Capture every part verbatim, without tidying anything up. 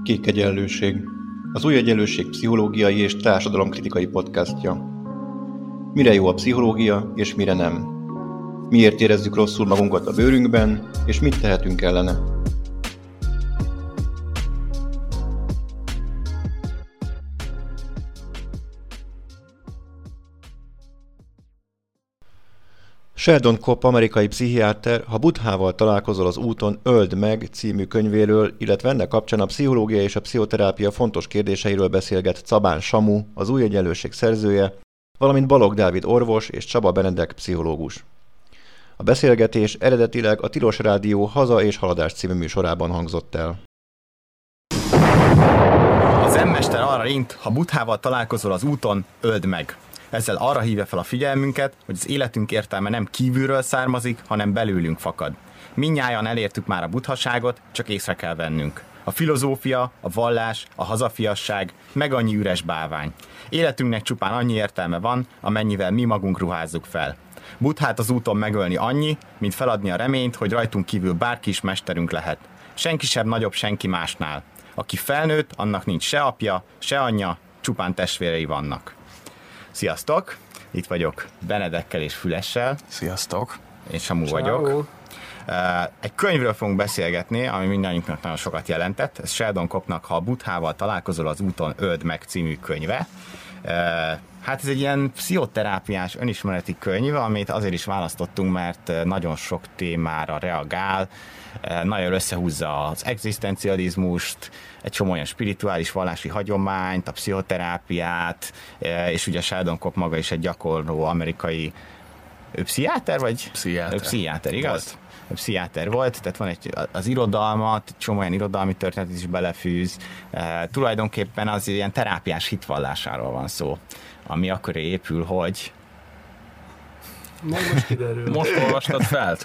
Kék egyenlőség, az új egyenlőség pszichológiai és társadalomkritikai podcastja. Mire jó a pszichológia, és mire nem? Miért érezzük rosszul magunkat a bőrünkben, és mit tehetünk ellene? Sheldon Kopp amerikai pszichiáter Ha Buddhával találkozol az úton, öld meg című könyvéről, illetve ennek kapcsán a pszichológia és a pszichoterápia fontos kérdéseiről beszélget Czabán Samu, az új egyenlőség szerzője, valamint Balogh Dávid orvos és Csaba Benedek pszichológus. A beszélgetés eredetileg a Tilos Rádió Haza és Haladás című műsorában hangzott el. A zenmester arra int, ha Buddhával találkozol az úton, öld meg. Ezzel arra hívja fel a figyelmünket, hogy az életünk értelme nem kívülről származik, hanem belőlünk fakad. Mindnyájan elértük már a buddhaságot, csak észre kell vennünk. A filozófia, a vallás, a hazafiasság, meg annyi üres bálvány. Életünknek csupán annyi értelme van, amennyivel mi magunk ruházzuk fel. Buddhát az úton megölni annyi, mint feladni a reményt, hogy rajtunk kívül bárki is mesterünk lehet. Senki sem nagyobb senki másnál. Aki felnőtt, annak nincs se apja, se anyja, csupán testvérei vannak. Sziasztok! Itt vagyok Benedekkel és Fülessel. Sziasztok! Én Samu vagyok. Egy könyvről fogunk beszélgetni, ami mindannyiunknak nagyon sokat jelentett. Ez Sheldon Koppnak Ha Buddhával találkozol az úton, öld meg című könyve. Hát ez egy ilyen pszichoterápiás önismereti könyv, amit azért is választottunk, mert nagyon sok témára reagál, nagyon összehúzza az egzisztencializmust, egy csomó olyan spirituális vallási hagyományt, a pszichoterápiát, és ugye Sheldon Kopp maga is egy gyakorló amerikai ő pszichiáter, vagy? Pszichiáter. Pszichiáter, igaz? Ő pszichiáter volt, tehát van egy, az irodalmat, csomó olyan irodalmi történetet is belefűz. E, tulajdonképpen az ilyen terápiás hitvallásáról van szó, ami akkor épül, hogy... Majd most kiderül. Most olvastad fel.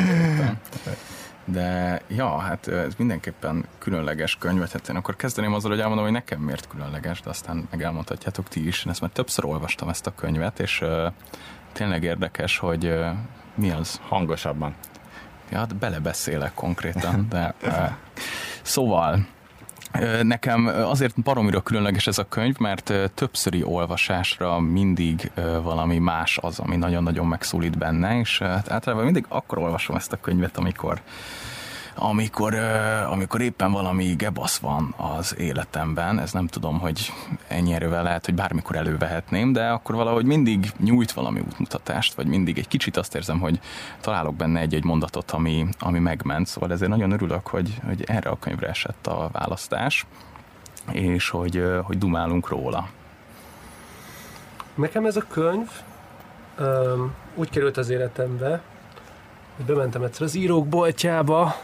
De ja, hát ez mindenképpen különleges könyv. Hát én akkor kezdeném azzal, hogy elmondom, hogy nekem miért különleges, de aztán meg elmondhatjátok ti is. Én ezt már többször olvastam ezt a könyvet, és uh, tényleg érdekes, hogy uh, mi az? Hangosabban. Ja, hát belebeszélek konkrétan, de uh, szóval nekem azért baromira különleges ez a könyv, mert többszöri olvasásra mindig valami más az, ami nagyon-nagyon megszólít benne, és általában mindig akkor olvasom ezt a könyvet, amikor Amikor, amikor éppen valami gebasz van az életemben, ez nem tudom, hogy ennyi erővel lehet, hogy bármikor elővehetném, de akkor valahogy mindig nyújt valami útmutatást, vagy mindig egy kicsit azt érzem, hogy találok benne egy-egy mondatot, ami, ami megment, szóval ezért nagyon örülök, hogy, hogy erre a könyvre esett a választás, és hogy, hogy dumálunk róla. Nekem ez a könyv um, úgy került az életembe, hogy bementem egyszer az írók boltjába,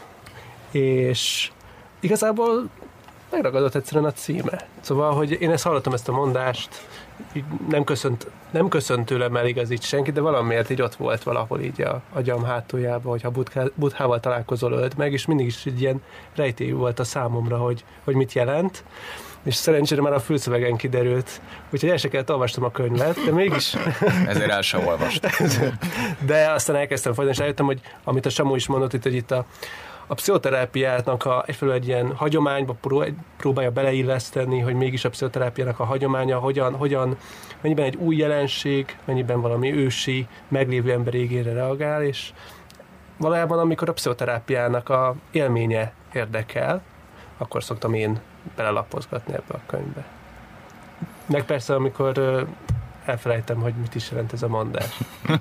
és igazából megragadott egyszerűen a címe. Szóval, hogy én ezt hallottam, ezt a mondást, nem köszönt, nem köszönt tőlem el igaz így senki, de valamiért így ott volt valahol így a agyam hátuljában, hogy ha Buddhával találkozol, öld meg, és mindig is egy ilyen rejtély volt a számomra, hogy, hogy mit jelent. És szerencsére már a fülszövegen kiderült, úgyhogy el se kellett olvastam a könyvet, de mégis... Ezért el sem olvastam. De aztán elkezdtem folytani, és eljöttem, hogy amit a Samu is mondott itt, hogy itt a, a pszichoterápiának a, egyfelől egy ilyen hagyományba próbálja beleilleszteni, hogy mégis a pszichoterápiának a hagyománya, hogyan, hogyan, mennyiben egy új jelenség, mennyiben valami ősi, meglévő emberi igényre reagál, és valójában amikor a pszichoterápiának a élménye érdekel, akkor szoktam én belelapozgatni ebbe a könyvbe. Meg persze, amikor uh, elfelejtem, hogy mit is jelent ez a mondás.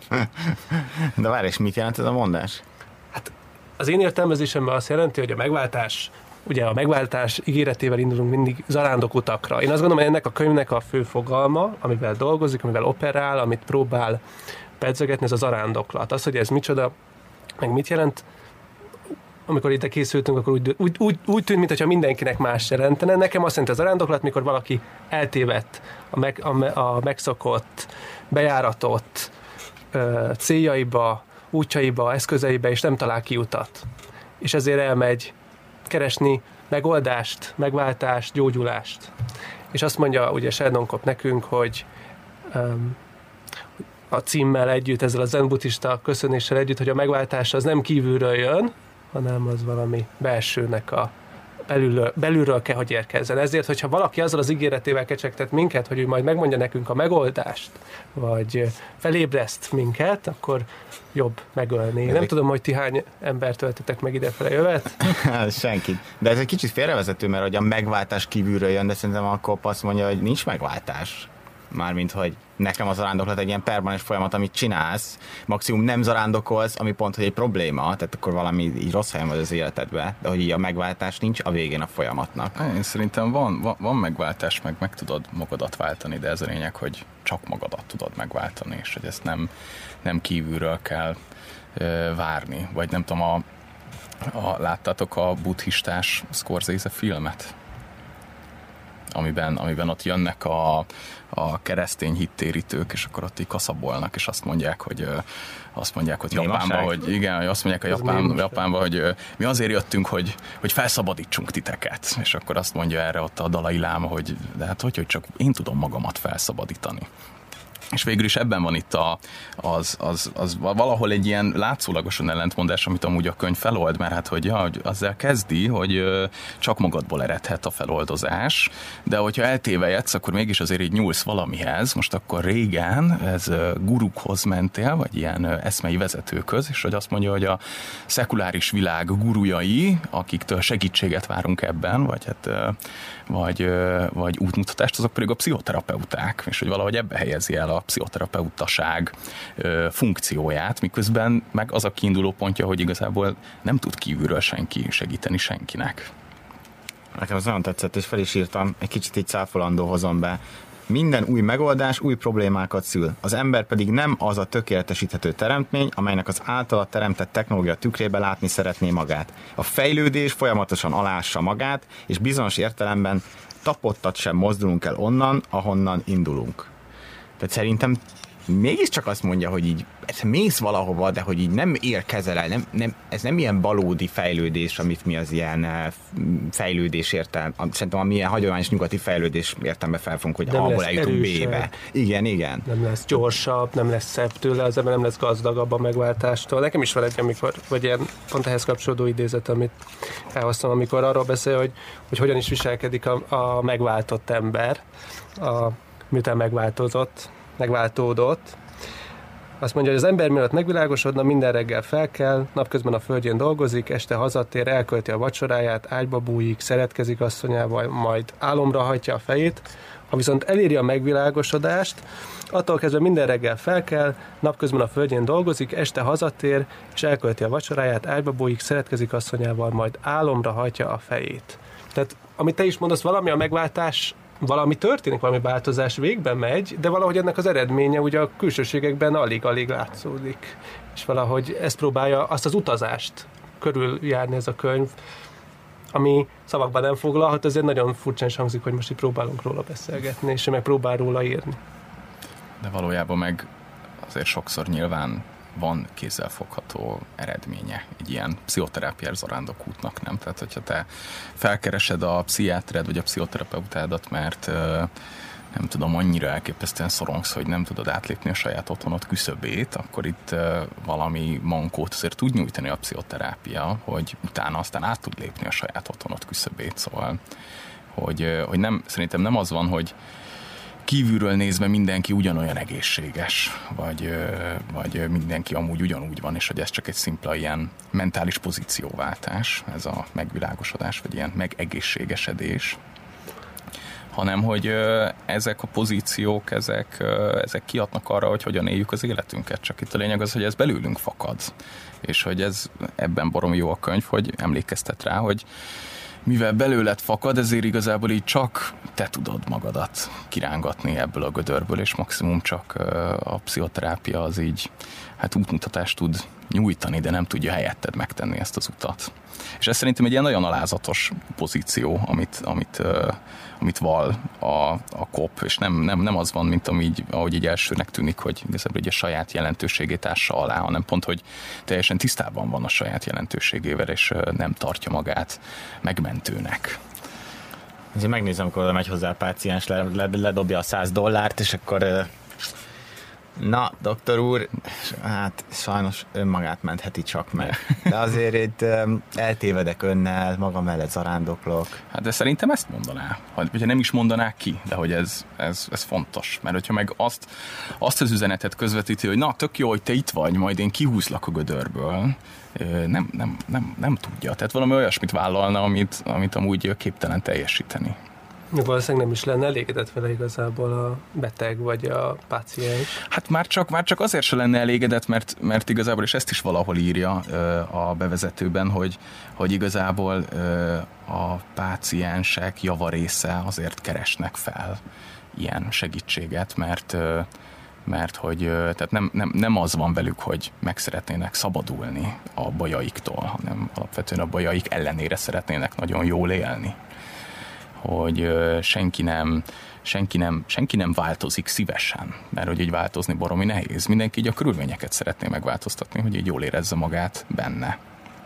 De várj, és mit jelent ez a mondás? Hát az én értelmezésemben azt jelenti, hogy a megváltás, ugye a megváltás ígéretével indulunk mindig zarándok utakra. Én azt gondolom, hogy ennek a könyvnek a fő fogalma, amivel dolgozik, amivel operál, amit próbál pedzegetni, ez a zarándoklat. Az, hogy ez micsoda, meg mit jelent, amikor ide készültünk, akkor úgy, úgy, úgy, úgy tűnt, mintha mindenkinek más jelentene. Nekem azt jelenti az arándoklat, mikor valaki eltévedt a, meg, a, a megszokott, bejáratott ö, céljaiba, útjaiba, eszközeibe, és nem talál kiutat. És ezért elmegy keresni megoldást, megváltást, gyógyulást. És azt mondja ugye Sheldon Kopp nekünk, hogy um, a címmel együtt, ezzel a zen buddhista köszönéssel együtt, hogy a megváltás az nem kívülről jön, hanem az valami belsőnek a belülről, belülről kell, hogy érkezzen. Ezért, hogyha valaki azzal az ígéretével kecsegtet minket, hogy ő majd megmondja nekünk a megoldást, vagy felébreszt minket, akkor jobb megölni. Nem tudom, hogy ti hány embert töltetek meg idefele jövet. Senki. De ez egy kicsit félrevezető, mert hogy a megváltás kívülről jön, de szerintem akkor azt mondja, hogy nincs megváltás. Mármint, hogy nekem a zarándoklat egy ilyen permanens folyamat, amit csinálsz, maximum nem zarándokolsz, ami pont, hogy egy probléma, tehát akkor valami így rossz helyen vagy az életedbe, de hogy így a megváltás nincs a végén a folyamatnak. Én szerintem van, van, van megváltás, meg meg tudod magadat váltani, de ez a lényeg, hogy csak magadat tudod megváltani, és hogy ezt nem, nem kívülről kell ö, várni. Vagy nem tudom, a, a, láttátok a buddhistás Scorsese filmet? Amiben, amiben ott jönnek a, a keresztény hittérítők, és akkor ott így kaszabolnak, és azt mondják, hogy azt mondják, hogy Japánban, hogy igen, hogy azt mondják a Japán, Japánban, hogy mi azért jöttünk, hogy, hogy felszabadítsunk titeket. És akkor azt mondja erre ott a Dalai Láma, hogy de hát hogy, hogy csak én tudom magamat felszabadítani. És végül is ebben van itt a, az, az, az valahol egy ilyen látszólagosan ellentmondás, amit amúgy a könyv felold, mert hát hogy ja, azzal kezdi, hogy csak magadból eredhet a feloldozás, de hogyha eltévejedsz, akkor mégis azért így nyúlsz valamihez. Most akkor régen ez gurukhoz mentél, vagy ilyen eszmei vezetőköz, és hogy azt mondja, hogy a szekuláris világ gurujai, akiktől segítséget várunk ebben, vagy hát vagy, vagy útmutatást, azok pedig a pszichoterapeuták, és hogy valahogy ebbe helyezi el a pszichoterapeutaság funkcióját, miközben meg az a kiinduló pontja, hogy igazából nem tud kívülről senki segíteni senkinek. Nekem az nagyon tetszett, és fel is írtam, egy kicsit így cáfolandó hozom be. Minden új megoldás új problémákat szül. Az ember pedig nem az a tökéletesíthető teremtmény, amelynek az általa teremtett technológia tükrébe látni szeretné magát. A fejlődés folyamatosan alássa magát, és bizonyos értelemben tapottat sem mozdulunk el onnan, ahonnan indulunk. Tehát szerintem mégiscsak azt mondja, hogy így mész valahova, de hogy így nem érkezel el, nem, nem, ez nem ilyen valódi fejlődés, amit mi az ilyen fejlődés értelme, szerintem amilyen hagyományos nyugati fejlődés értelme felfogunk, hogy A-ból eljutunk B-be. Igen, igen. Nem lesz gyorsabb, nem lesz szebb tőle, az ember nem lesz gazdagabb a megváltástól. Nekem is van egy, amikor, vagy ilyen pont ehhez kapcsolódó idézet, amit elhoztam, amikor arról beszél, hogy, hogy hogyan is viselkedik a, a megváltott ember, a, miután megváltozott, megváltódott. Azt mondja, hogy az ember mielőtt megvilágosodna, minden reggel felkel, napközben a földjén dolgozik, este hazatér, elkölti a vacsoráját, ágyba bújik, szeretkezik asszonyával, majd álomra hajtja a fejét. Ha viszont eléri a megvilágosodást, attól kezdve minden reggel felkel, napközben a földjén dolgozik, este hazatér, és elkölti a vacsoráját, ágyba bújik, szeretkezik asszonyával, majd álomra hajtja a fejét. Tehát, amit te is mondasz, valami a megváltás, valami történik, valami változás végben megy, de valahogy ennek az eredménye ugye a külsőségekben alig-alig látszódik. És valahogy ezt próbálja, azt az utazást körüljárni ez a könyv, ami szavakban nem foglalhat, azért nagyon furcsán hangzik, hogy most itt próbálunk róla beszélgetni, és meg próbál róla írni. De valójában meg azért sokszor nyilván van kézzelfogható eredménye egy ilyen pszichoterápiás zarándokútnak, nem? Tehát, hogyha te felkeresed a pszichiátred vagy a pszichoterapeutádat, mert nem tudom, annyira elképesztően szorongsz, hogy nem tudod átlépni a saját otthonod küszöbét, akkor itt valami mankót azért tud nyújtani a pszichoterápia, hogy utána aztán át tud lépni a saját otthonod küszöbét. Szóval, hogy, hogy nem, szerintem nem az van, hogy kívülről nézve mindenki ugyanolyan egészséges, vagy, vagy mindenki amúgy ugyanúgy van, és hogy ez csak egy szimpla ilyen mentális pozícióváltás, ez a megvilágosodás, vagy ilyen megegészségesedés, hanem hogy ezek a pozíciók, ezek, ezek kihatnak arra, hogy hogyan éljük az életünket. Csak itt a lényeg az, hogy ez belőlünk fakad. És hogy ez ebben baromi jó a könyv, hogy emlékeztet rá, hogy mivel belőled fakad, ezért igazából így csak te tudod magadat kirángatni ebből a gödörből, és maximum csak a pszichoterápia az így hát útmutatást tud nyújtani, de nem tudja helyetted megtenni ezt az utat. És ez szerintem egy ilyen nagyon alázatos pozíció, amit, amit, uh, amit val a, a kop, és nem, nem, nem az van, mint amígy, ahogy így elsőnek tűnik, hogy igazából a saját jelentőségét ássa alá, hanem pont, hogy teljesen tisztában van a saját jelentőségével, és uh, nem tartja magát megmentőnek. Azért megnézem, amikor oda megy hozzá a páciens, le, le, ledobja a száz dollárt, és akkor uh, Na, doktor úr, hát sajnos önmagát mentheti csak meg. De azért itt um, eltévedek önnel, magam mellett zarándoklok. Hát de szerintem ezt mondaná. Vagy nem is mondanák ki, de hogy ez, ez, ez fontos. Mert hogyha meg azt, azt az üzenetet közvetíti, hogy na, tök jó, hogy te itt vagy, majd én kihúzlak a gödörből, nem, nem, nem, nem tudja. Tehát valami olyasmit vállalna, amit, amit amúgy képtelen teljesíteni. Valószínűleg nem is lenne elégedett vele igazából a beteg vagy a páciens. Hát már csak, már csak azért se lenne elégedett, mert, mert igazából, és ezt is valahol írja a bevezetőben, hogy, hogy igazából a páciensek javarésze azért keresnek fel ilyen segítséget, mert mert hogy tehát nem, nem, nem az van velük, hogy meg szeretnének szabadulni a bajaiktól, hanem alapvetően a bajaik ellenére szeretnének nagyon jól élni. Hogy senki nem, senki, nem, senki nem változik szívesen, mert hogy így változni baromi nehéz. Mindenki így a körülményeket szeretné megváltoztatni, hogy így jól érezze magát benne.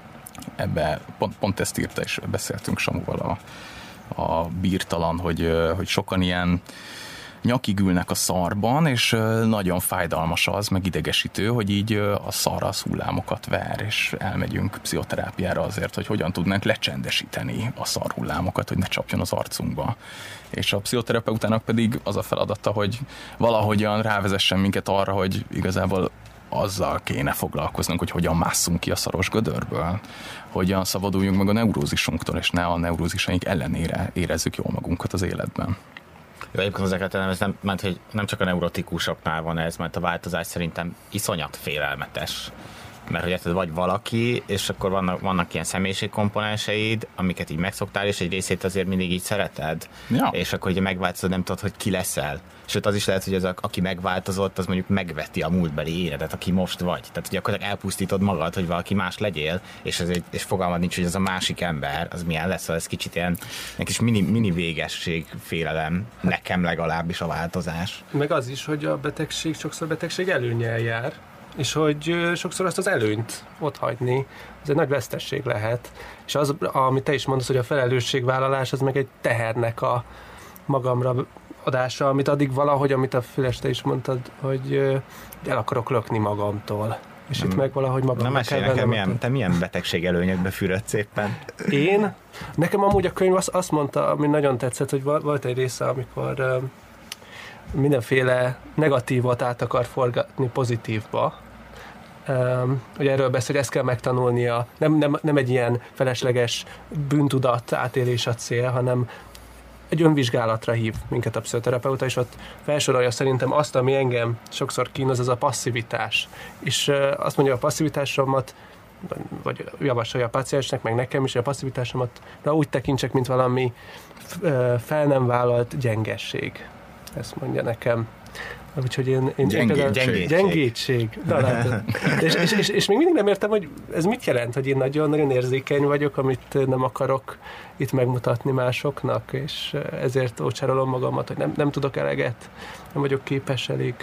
Ebbe pont, pont ezt írta, és beszéltünk Samuval a, a bírtalan, hogy, hogy sokan ilyen nyakig ülnek a szarban, és nagyon fájdalmas az, meg idegesítő, hogy így a szar az hullámokat ver, és elmegyünk pszichoterápiára azért, hogy hogyan tudnánk lecsendesíteni a szar hullámokat, hogy ne csapjon az arcunkba. És a pszichoterapeutának pedig az a feladata, hogy valahogyan rávezessen minket arra, hogy igazából azzal kéne foglalkoznunk, hogy hogyan másszunk ki a szaros gödörből, hogyan szabaduljunk meg a neurózisunktól, és ne a neurózisaink ellenére érezzük jól magunkat az életben. Jó, egyébként hozzá kell tennem, ez nem, mert, hogy nem csak a neurotikusoknál van ez, mert a változás szerintem iszonyat félelmetes. Mert hogy érted, vagy valaki, és akkor vannak, vannak ilyen személyiségkomponenseid, amiket így megszoktál, és egy részét azért mindig így szereted. Ja. És akkor, hogy megváltozod, nem tudod, hogy ki leszel. Sőt, az is lehet, hogy az, aki megváltozott, az mondjuk megveti a múltbeli életet, aki most vagy. Tehát, hogy gyakorlatilag elpusztítod magad, hogy valaki más legyél, és, ez egy, és fogalmad nincs, hogy ez a másik ember, az milyen lesz, ez kicsit ilyen, ilyen kis mini, mini végesség, félelem, nekem legalábbis a változás. Meg az is, hogy a betegség sokszor betegség előnnyel jár, és hogy sokszor azt az előnyt otthagyni, ez egy nagy vesztesség lehet. És az, amit te is mondasz, hogy a felelősségvállalás, az meg egy tehernek a magamra adása, amit addig valahogy, amit a Füles, te is mondtad, hogy el akarok lökni magamtól. És nem, itt meg valahogy magamra nem kell nekem, milyen, te milyen betegség előnyökbe fürödsz éppen? Én? Nekem amúgy a könyv azt, azt mondta, ami nagyon tetszett, hogy volt egy része, amikor mindenféle negatívot át akar forgatni pozitívba. Um, hogy erről beszél, hogy ezt kell megtanulnia. Nem, nem, nem egy ilyen felesleges bűntudat átélés a cél, hanem egy önvizsgálatra hív minket a pszichoterapeuta, és ott felsorolja szerintem azt, ami engem sokszor kínoz, az a passzivitás. És uh, azt mondja, a passzivitásomat, vagy javasolja a páciensnek, meg nekem is, hogy a passzivitásomat úgy tekintsek, mint valami uh, fel nem vállalt gyengesség. Ezt mondja nekem. Úgyhogy én... én Gyengétség. Gyengétség. és, és, és, és még mindig nem értem, hogy ez mit jelent, hogy én nagyon-nagyon érzékeny vagyok, amit nem akarok itt megmutatni másoknak, és ezért ócsárolom magamat, hogy nem, nem tudok eleget, nem vagyok képes elég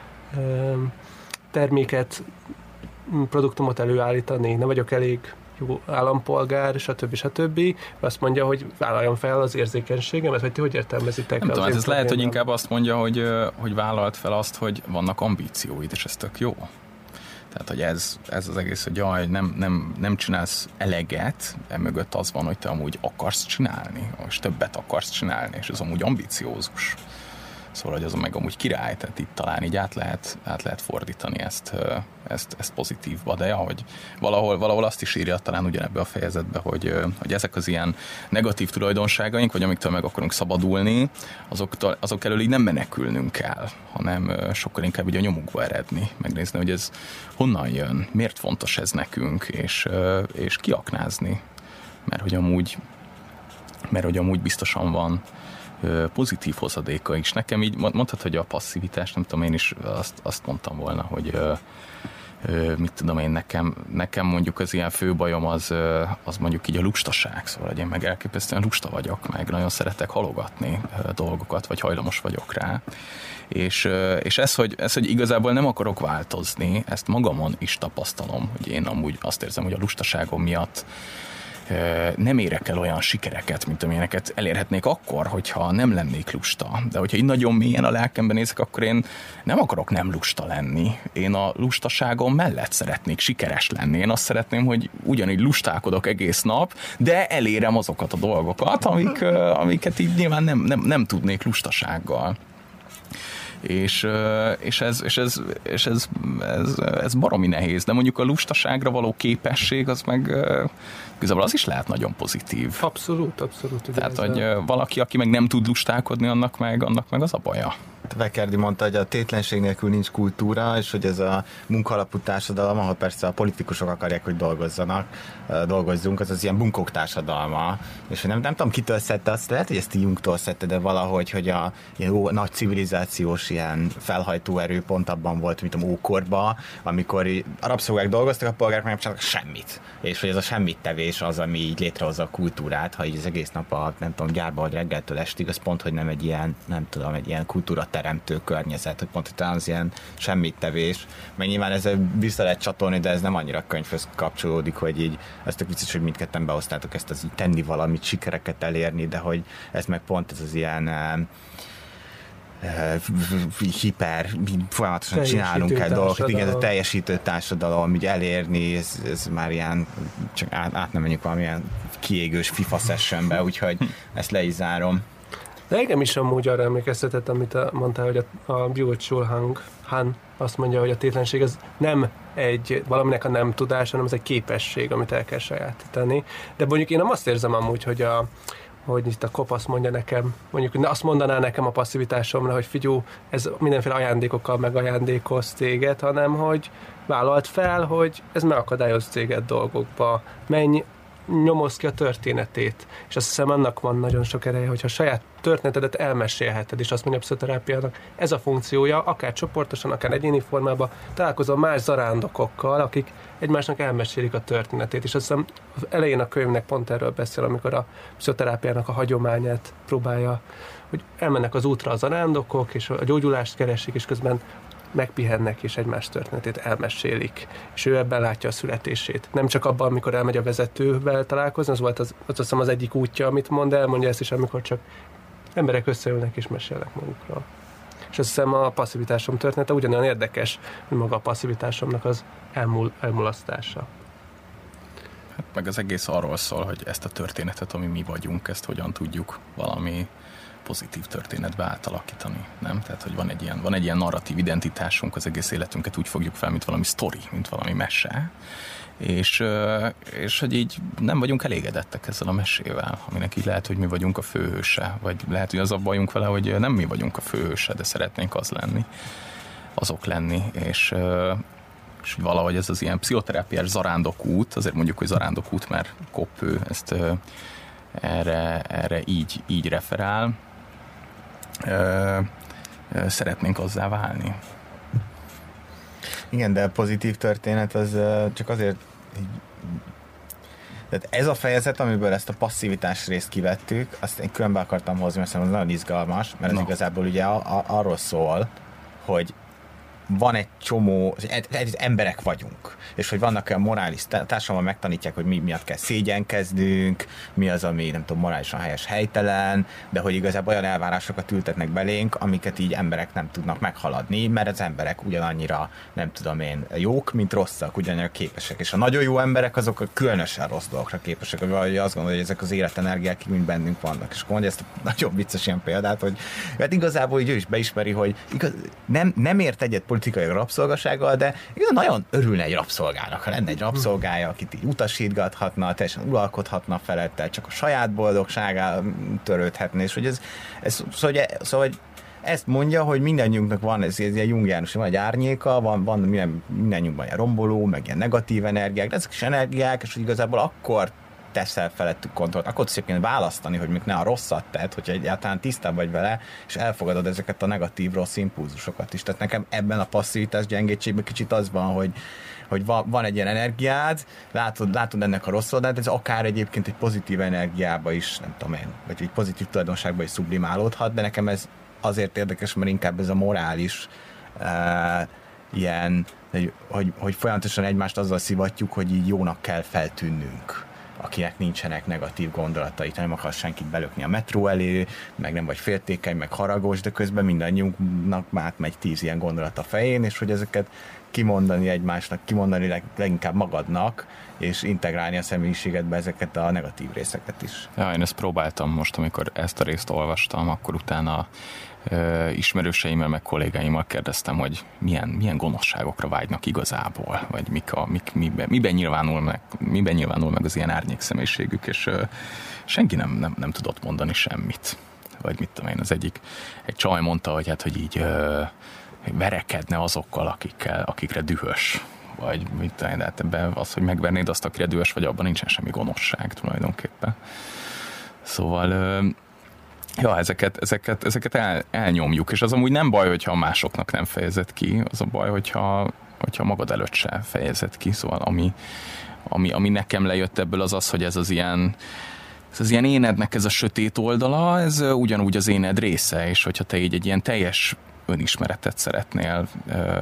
terméket, produktumot előállítani, nem vagyok elég jó állampolgár, stb. stb. Azt mondja, hogy vállaljam fel az érzékenységemet, vagy ti hogy értelmezitek? Nem tudom, hát ez lehet, hogy inkább azt mondja, hogy, hogy vállalt fel azt, hogy vannak ambícióid, és ez tök jó. Tehát, hogy ez, ez az egész, hogy jaj, nem, nem, nem csinálsz eleget, emögött az van, hogy te amúgy akarsz csinálni, és többet akarsz csinálni, és ez amúgy ambiciózus. Szóval, hogy az meg amúgy király, tehát itt talán így át lehet, át lehet fordítani ezt, ezt, ezt pozitívba, de ja, hogy valahol, valahol azt is írja talán ugyanebbe a fejezetbe, hogy, hogy ezek az ilyen negatív tulajdonságaink, vagy amiktől meg akarunk szabadulni, azoktól, azok elől így nem menekülnünk kell, hanem sokkal inkább így a nyomukba eredni, megnézni, hogy ez honnan jön, miért fontos ez nekünk, és, és kiaknázni, mert hogy amúgy, mert hogy amúgy biztosan van pozitív hozadéka is. Nekem így mondhatod, hogy a passzivitás, nem tudom, én is azt, azt mondtam volna, hogy mit tudom én, nekem, nekem mondjuk az ilyen fő bajom az, az mondjuk így a lustaság, szóval hogy én meg elképesztően lusta vagyok, meg nagyon szeretek halogatni dolgokat, vagy hajlamos vagyok rá. És, és ez, hogy, ez, hogy igazából nem akarok változni, ezt magamon is tapasztalom, hogy én amúgy azt érzem, hogy a lustaságom miatt nem érek el olyan sikereket, mint amilyeneket elérhetnék akkor, hogyha nem lennék lusta. De hogyha így nagyon mélyen a lelkemben nézek, akkor én nem akarok nem lusta lenni. Én a lustaságom mellett szeretnék sikeres lenni. Én azt szeretném, hogy ugyanígy lustálkodok egész nap, de elérem azokat a dolgokat, amik, amiket így nyilván nem, nem, nem tudnék lustasággal. És, és, ez, és, ez, és ez, ez, ez baromi nehéz, de mondjuk a lustaságra való képesség, az meg igazából az is lehet nagyon pozitív. Abszolút, abszolút. Tehát, hogy a... valaki, aki meg nem tud lustálkodni, annak meg, annak meg az a baja. Vekerdi mondta, hogy a tétlenség nélkül nincs kultúra, és hogy ez a munkaalapú társadalom, ahol persze a politikusok akarják, hogy dolgozzanak, dolgozzunk, az az ilyen bunkók társadalma. És nem, nem tudom, kitől szedte azt, lehet, hogy ezt Jungtól szedte, de valahogy, hogy a ilyen ó, nagy civilizációs ilyen felhajtó erő pont abban volt, mint a ókorban, amikor a rabszolgák dolgoztak, a polgárok nem csináltak semmit. És hogy ez a semmit tevés az, ami így létrehozza a kultúrát, ha így az egész nap a, nem tudom, gyárba, vagy reggeltől estig, az pont, hogy nem egy ilyen, nem tudom, egy ilyen kultúra teremtő környezet, hogy pont, hogy talán az ilyen semmittevés, meg nyilván ezzel vissza lehet csatolni, de ez nem annyira könyvhöz kapcsolódik, hogy így, ez tök vicces, hogy mindketten beosztáltok ezt az így tenni valamit, sikereket elérni, de hogy ez meg pont ez az ilyen uh, hiper, folyamatosan csinálunk kell dolgokat, igen, ez a teljesítő társadalom, így elérni, ez, ez már ilyen, csak át, át nem menjünk valamilyen kiégős FIFA sessionbe, úgyhogy ezt le is zárom. De engem is amúgy arra emlékeztetett, amit a, mondtál, hogy a, a Byung-Chul Han, Han azt mondja, hogy a tétlenség ez nem egy valaminek a nem tudás, hanem ez egy képesség, amit el kell sajátítani. De mondjuk én nem azt érzem amúgy, hogy a hogy itt a kopasz mondja nekem, mondjuk azt mondaná nekem a passzivitásomra, hogy figyú, ez mindenféle ajándékokkal megajándékoz téged, hanem hogy vállalt fel, hogy ez megakadályoz téged dolgokba. Menj, nyomozz ki a történetét. És azt hiszem, annak van nagyon sok ereje, hogyha a saját történetedet elmesélheted, és azt mondja a pszichoterápiának, ez a funkciója, akár csoportosan, akár egyéni formában találkozom más zarándokokkal, akik egymásnak elmesélik a történetét. És azt hiszem, az elején a könyvnek pont erről beszél, amikor a pszichoterápiának a hagyományát próbálja, hogy elmennek az útra a zarándokok, és a gyógyulást keresik, és közben megpihennek, és egymás történetét elmesélik. És ő ebben látja a születését. Nem csak abban, amikor elmegy a vezetővel találkozni, az volt az, az, az, az egyik útja, amit mond, elmondja ezt is, amikor csak emberek összeülnek és mesélnek magukról. És azt hiszem, a passzivitásom története ugyanolyan érdekes, mint maga a passzivitásomnak az elmúl, elmulasztása. Hát meg az egész arról szól, hogy ezt a történetet, ami mi vagyunk, ezt hogyan tudjuk valami pozitív történetbe átalakítani, nem? Tehát, hogy van egy ilyen, van egy ilyen narratív identitásunk, az egész életünket úgy fogjuk fel, mint valami sztori, mint valami mese, és, és hogy így nem vagyunk elégedettek ezzel a mesével, aminek így lehet, hogy mi vagyunk a főhőse, vagy lehet, hogy az a bajunk vele, hogy nem mi vagyunk a főhőse, de szeretnénk az lenni, azok lenni, és, és valahogy ez az ilyen pszichoterápiás zarándokút, azért mondjuk, hogy zarándokút, mert Koppő ezt erre, erre így, így referál, Ö, ö, szeretnénk azzá válni. Igen, de a pozitív történet az ö, csak azért tehát ez a fejezet, amiből ezt a passzivitás részt kivettük, azt én különben akartam hozni, mert szerintem nagyon izgalmas, mert ez no. igazából ugye a, a, arról szól, hogy van egy csomó, egy, egy, emberek vagyunk, és hogy vannak olyan morális társadalomban megtanítják, hogy mi miatt kell szégyenkeznünk, mi az, ami nem tudom, morálisan helyes, helytelen, de hogy igazából olyan elvárásokat ültetnek belénk, amiket így emberek nem tudnak meghaladni, mert az emberek ugyanannyira, nem tudom én, jók, mint rosszak, ugyanannyira képesek, és a nagyon jó emberek azok különösen rossz dolgokra képesek, vagy azt gondolja, hogy ezek az életenergiák mind bennünk vannak. És akkor mondja ezt a nagyon vicces ilyen példát, hogy hát igazából így ő is beismeri, hogy igaz, nem, nem ért egyet politikai rabszolgasággal, de igaz, nagyon örülne egy rabszolgának, ha lenne egy rabszolgája, akit így utasítgathatna, teljesen uralkodhatna felette, csak a saját boldogságá törődhetne, és hogy ez, ez szóval, szóval hogy ezt mondja, hogy mindannyiunknak van, ez, ez ilyen jungiánus, van egy árnyéka, van, van minden, mindannyiunkban ilyen romboló, meg ilyen negatív energiák, de ezek is energiák, és hogy igazából akkor teszel felettük kontrollt, akkor tudsz egyébként választani, hogy még ne a rosszat tett, hogyha egyáltalán tisztább vagy vele, és elfogadod ezeket a negatív, rossz impulzusokat is. Tehát nekem ebben a passzivitás gyengétségben kicsit az van, hogy, hogy van egy ilyen energiád, látod, látod ennek a rossz oldalát, ez akár egyébként egy pozitív energiába is, nem tudom én, vagy egy pozitív tulajdonságba is sublimálódhat, de nekem ez azért érdekes, mert inkább ez a morális uh, ilyen, hogy, hogy, hogy folyamatosan egymást azzal szivatjuk, hogy így jónak kell feltűnnünk. akinek nincsenek negatív gondolatai, nem akar senkit belökni a metró elé, meg nem vagy féltékeny, meg haragos, de közben mindannyiunknak már megy tíz ilyen gondolat a fején, és hogy ezeket kimondani egymásnak, kimondani leg, leginkább magadnak, és integrálni a személyiségedbe ezeket a negatív részeket is. Ja, én ezt próbáltam most, amikor ezt a részt olvastam, akkor utána ö, ismerőseimmel, meg kollégáimmal kérdeztem, hogy milyen, milyen gonoszságokra vágynak igazából, vagy mik a, mik, miben, miben, nyilvánul meg, miben nyilvánul meg az ilyen árnyék személyiségük, és ö, senki nem, nem, nem tudott mondani semmit. Vagy mit tudom én, az egyik, egy csaj mondta, hogy hát, hogy így ö, verekedne azokkal, akikkel, akikre dühös. Vagy mit tudom, de hát ebben az, hogy megvernéd azt, akire dühös vagy, abban nincsen semmi gonoszság tulajdonképpen. Szóval ja, ezeket, ezeket, ezeket el, elnyomjuk, és az amúgy nem baj, hogyha másoknak nem fejezed ki, az a baj, hogyha, hogyha magad előtt se fejezed ki. Szóval ami, ami, ami nekem lejött ebből az az, hogy ez az ilyen ez az ilyen énednek ez a sötét oldala, ez ugyanúgy az éned része, és hogyha te így egy ilyen teljes önismeretet szeretnél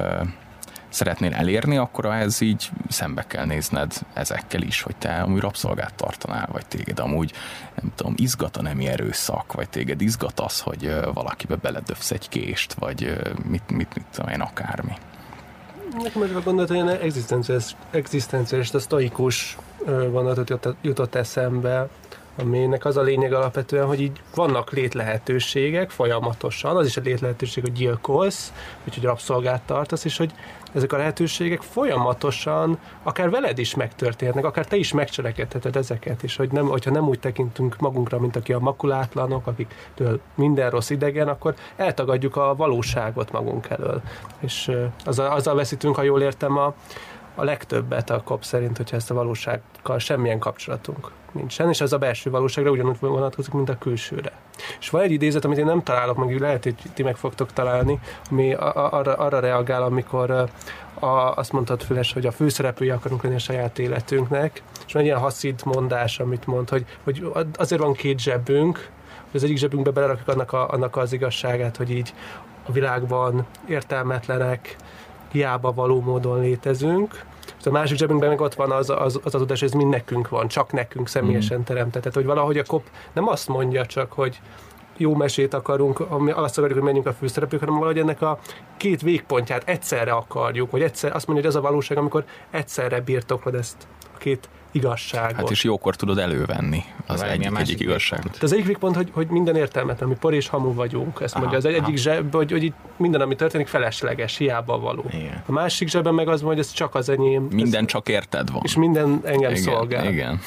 szeretnél elérni, akkor ehhez így szembe kell nézned ezekkel is, hogy te amúgy rabszolgát tartanál, vagy téged amúgy, nem tudom, izgat a nemi erőszak, vagy téged izgat az, hogy valakibe beledöfsz egy kést, vagy mit, mit, mit tudom én, akármi. Nekem ez a gondolat, hogy ilyen egzisztenciális, a sztoikus gondolatot jutott eszembe, aminek az a lényeg alapvetően, hogy így vannak létlehetőségek folyamatosan, az is a létlehetőség, hogy gyilkolsz, vagy hogy rabszolgát tartasz, és hogy ezek a lehetőségek folyamatosan akár veled is megtörténnek, akár te is megcselekedheted ezeket, és hogy nem, hogyha nem úgy tekintünk magunkra, mint aki a makulátlanok, akiktől minden rossz idegen, akkor eltagadjuk a valóságot magunk elől. És azzal, azzal veszítünk, ha jól értem, a, a legtöbbet a kop szerint, hogyha ezt a valósággal semmilyen kapcsolatunk nincsen, és az a belső valóságra ugyanúgy vonatkozik, mint a külsőre. És van egy idézet, amit én nem találok meg, lehet, hogy ti meg fogtok találni, ami arra, arra reagál, amikor a, azt mondtad, Füles, hogy a főszereplői akarunk lenni a saját életünknek, és van egy ilyen haszid mondás, amit mond, hogy, hogy azért van két zsebünk, hogy az egyik zsebünkbe belerakjuk annak, a, annak az igazságát, hogy így a világban értelmetlenek, hiába való módon létezünk. A másik zsebünkben meg ott van az az, az, a tudás, hogy ez mind nekünk van, csak nekünk személyesen teremtett. Tehát, hogy valahogy a kop nem azt mondja csak, hogy jó mesét akarunk, azt akarjuk, hogy menjünk a főszereplők, hanem valahogy ennek a két végpontját egyszerre akarjuk, vagy egyszer, azt mondja, hogy az a valóság, amikor egyszerre birtoklod ezt a két igazságot. Hát és jókor tudod elővenni az Várj, egyik, egyik igazságot. Az egyik végpont, hogy, hogy minden értelmetlen, mi por és hamu vagyunk. Ezt aha, mondja az egyik aha. zseb, hogy, hogy itt minden, ami történik, felesleges, hiába való. Igen. A másik zsebben meg az mondja, hogy ez csak az enyém. Minden ez, csak érted van. És minden engem igen, szolgál. Igen.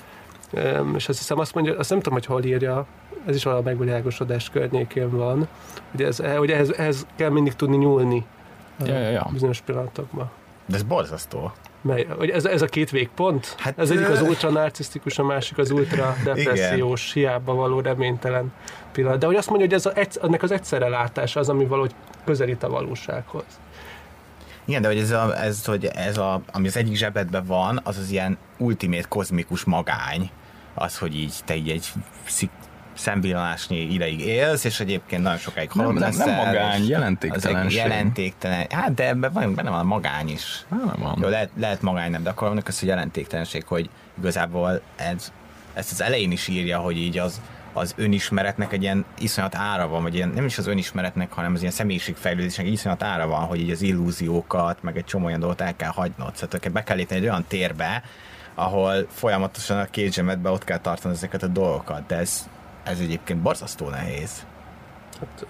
Um, és azt hiszem, azt mondja, azt nem tudom, hogy hol írja, ez is valami megvilágosodás környékén van, hogy, ez, hogy ehhez, ehhez kell mindig tudni nyúlni ja, ja, ja. bizonyos pillanatokban. De ez borzasztó. Mely, hogy ez, ez a két végpont? Hát, ez egyik az ultra narcisztikus, a másik az ultra depressziós, hiába való, reménytelen pillanat. De hogy azt mondja, hogy ez a, ennek az egyszerre látása az, ami valahogy közelít a valósághoz. Igen, de hogy ez, a, ez, hogy ez a, ami az egyik zsebedben van, az az ilyen ultimate kozmikus magány. Az, hogy így te így egy szik, szemvillanásnyi ideig élsz, és egyébként nagyon sokáig halott leszel. Nem magány, jelentéktelenség. Jelentéktelen. Hát, de ebben van, benne van a magány is. Nem van. Jó, lehet, lehet magány nem, de akkor vannak az, hogy jelentéktelenség, hogy igazából ez, ezt az elején is írja, hogy így az, az önismeretnek egy ilyen iszonyat ára van, vagy ilyen, nem is az önismeretnek, hanem az ilyen személyiségfejlődésnek egy iszonyat ára van, hogy így az illúziókat, meg egy csomó olyan dolgot el kell hagynod. Szóval be kell lépni egy olyan térbe, ahol folyamatosan a két zsebedbe ott kell tartani ezeket a dolgokat, de ez Ez egyébként borzasztó nehéz. Hát,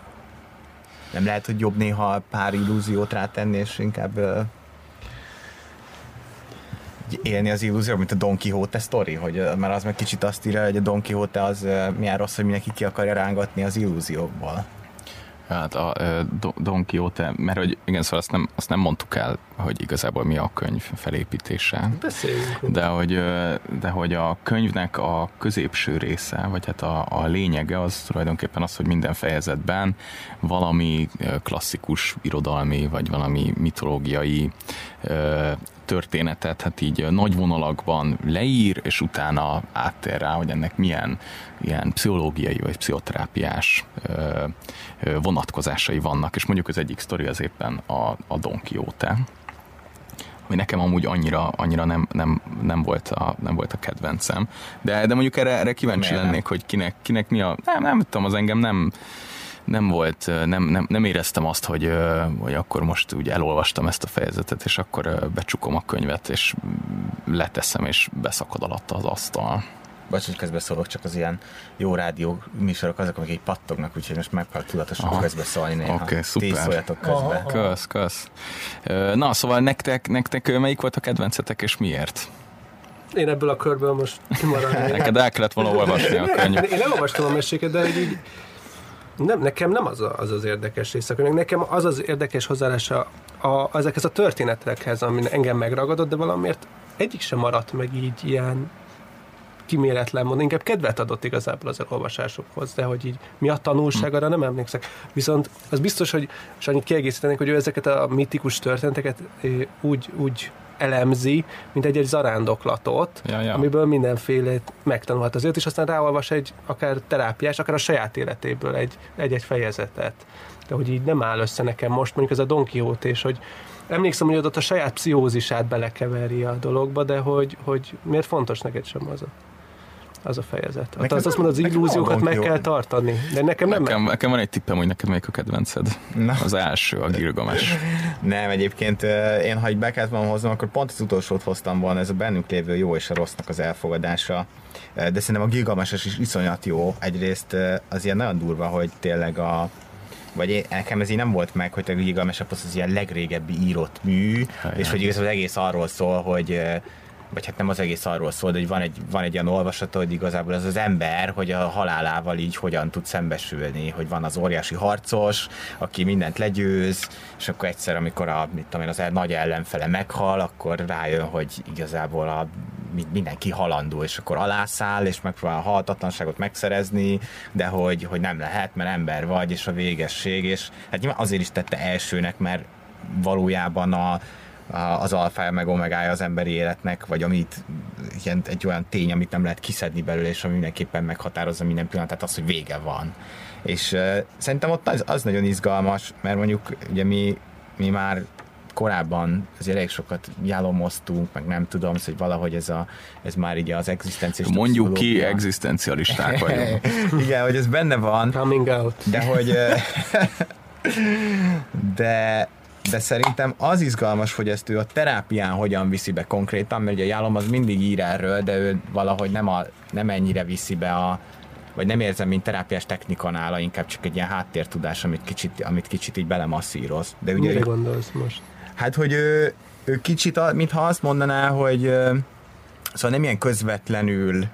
nem lehet, hogy jobb néha pár illúziót rátenni, és inkább uh, élni az illúzió, mint a Don Quixote sztori, hogy, uh, mert az meg kicsit azt írja, hogy a Don Quixote az uh, milyen rossz, hogy mindenki ki akarja rángatni az illúziókból. Hát a uh, Don Quixote, mert hogy igen, szóval azt nem, azt nem mondtuk el, hogy igazából mi a könyv felépítése. Beszéljünk. De hogy, de hogy a könyvnek a középső része, vagy hát a, a lényege az tulajdonképpen az, hogy minden fejezetben valami klasszikus irodalmi, vagy valami mitológiai történetet, hát így nagy vonalakban leír, és utána áttér rá, hogy ennek milyen ilyen pszichológiai vagy pszichoterápiás vonatkozásai vannak, és mondjuk az egyik sztori az éppen a, a Don Quixote, ami nekem amúgy annyira, annyira nem, nem, nem, volt a, nem volt a kedvencem. De, de mondjuk erre, erre kíváncsi Milyen? lennék, hogy kinek, kinek mi a... Nem, nem tudom, az engem nem... nem volt, nem, nem, nem éreztem azt, hogy, hogy akkor most úgy elolvastam ezt a fejezetet, és akkor becsukom a könyvet, és leteszem, és beszakad alatta az asztal. Bocs, hogy közbeszólok, csak az ilyen jó rádió műsorok azok, amik így pattognak, úgyhogy most megpróbálok tudatosan közbeszólni néha. Oké, okay, szuper. Ti szóljatok közbe. Aha. Kösz, kösz. Na, szóval nektek, nektek melyik volt a kedvencetek, és miért? Én ebből a körből most kimaradnék. Neked el kellett volna olvasni a könyvet. Én nem olvastam a meséket, de így nem, nekem nem az, a, az az érdekes része. Nekem az az érdekes hozzáállása a, ezekhez a történetekhez, ami engem megragadott, de valamiért egyik sem maradt meg így ilyen kiméletlen mond, inkább kedvet adott igazából az elolvasásokhoz, de hogy így mi a tanulság, arra nem emlékszek. Viszont az biztos, hogy és annyit kiegészítenék, hogy ő ezeket a mitikus történeteket úgy, úgy elemzi, mint egy-egy zarándoklatot, ja, ja. amiből mindenféle megtanulhat az élet, és aztán ráolvas egy akár terápiás, akár a saját életéből egy, egy-egy fejezetet. De hogy így nem áll össze nekem most, mondjuk ez a Don Quixote, és hogy emlékszem, hogy ott a saját pszichózisát belekeveri a dologba, de hogy, hogy miért fontos neked sem az a, az a fejezet. Nekem az azt mondod, az illúziókat meg kell tartani. De nekem nem... Nekem, nekem van egy tippem, hogy neked melyik a kedvenced. Na. Az első, a Gilgamesh. Nem, egyébként én, ha így be kellett volna hoznom, akkor pont az utolsót hoztam volna, ez a bennünk lévő jó és a rossznak az elfogadása. De szerintem a Gilgamesh is iszonyat jó. Egyrészt az ilyen nagyon durva, hogy tényleg a vagy én, nekem ez így nem volt meg, hogy a Gilgamesh az ilyen legrégebbi írott mű, Helyen. és hogy igazából az egész arról szól, hogy vagy hát nem az egész arról szól, de hogy van egy, van egy olyan olvasata, hogy igazából az az ember, hogy a halálával így hogyan tud szembesülni, hogy van az óriási harcos, aki mindent legyőz, és akkor egyszer, amikor a, mit tudom én, az nagy ellenfele meghal, akkor rájön, hogy igazából a, mindenki halandó, és akkor alászáll, és megpróbál a halhatatlanságot megszerezni, de hogy, hogy nem lehet, mert ember vagy, és a végesség, és hát nyilván azért is tette elsőnek, mert valójában a az alfája meg omegája az emberi életnek, vagy amit ilyen, egy olyan tény, amit nem lehet kiszedni belőle, és ami mindenképpen meghatározza minden pillanatát, az, hogy vége van. És uh, szerintem ott az, az nagyon izgalmas, mert mondjuk ugye mi, mi már korábban azért elég sokat jálomoztunk, meg nem tudom, hogy valahogy ez, a, ez már így az egzisztenciális mondjuk ki, egzisztencialisták vagyunk. Igen, hogy ez benne van. Coming out. De hogy de de szerintem az izgalmas, hogy ezt ő a terápián hogyan viszi be konkrétan, mert ugye a Yalom az mindig ír erről, de ő valahogy nem, a, nem ennyire viszi be a, vagy nem érzem, mint terápiás technika nála, inkább csak egy ilyen háttértudás, amit kicsit, amit kicsit így belemasszíroz. De ugye, mire gondolsz most? Hát, hogy ő, ő kicsit, mintha azt mondaná, hogy szóval nem ilyen közvetlenül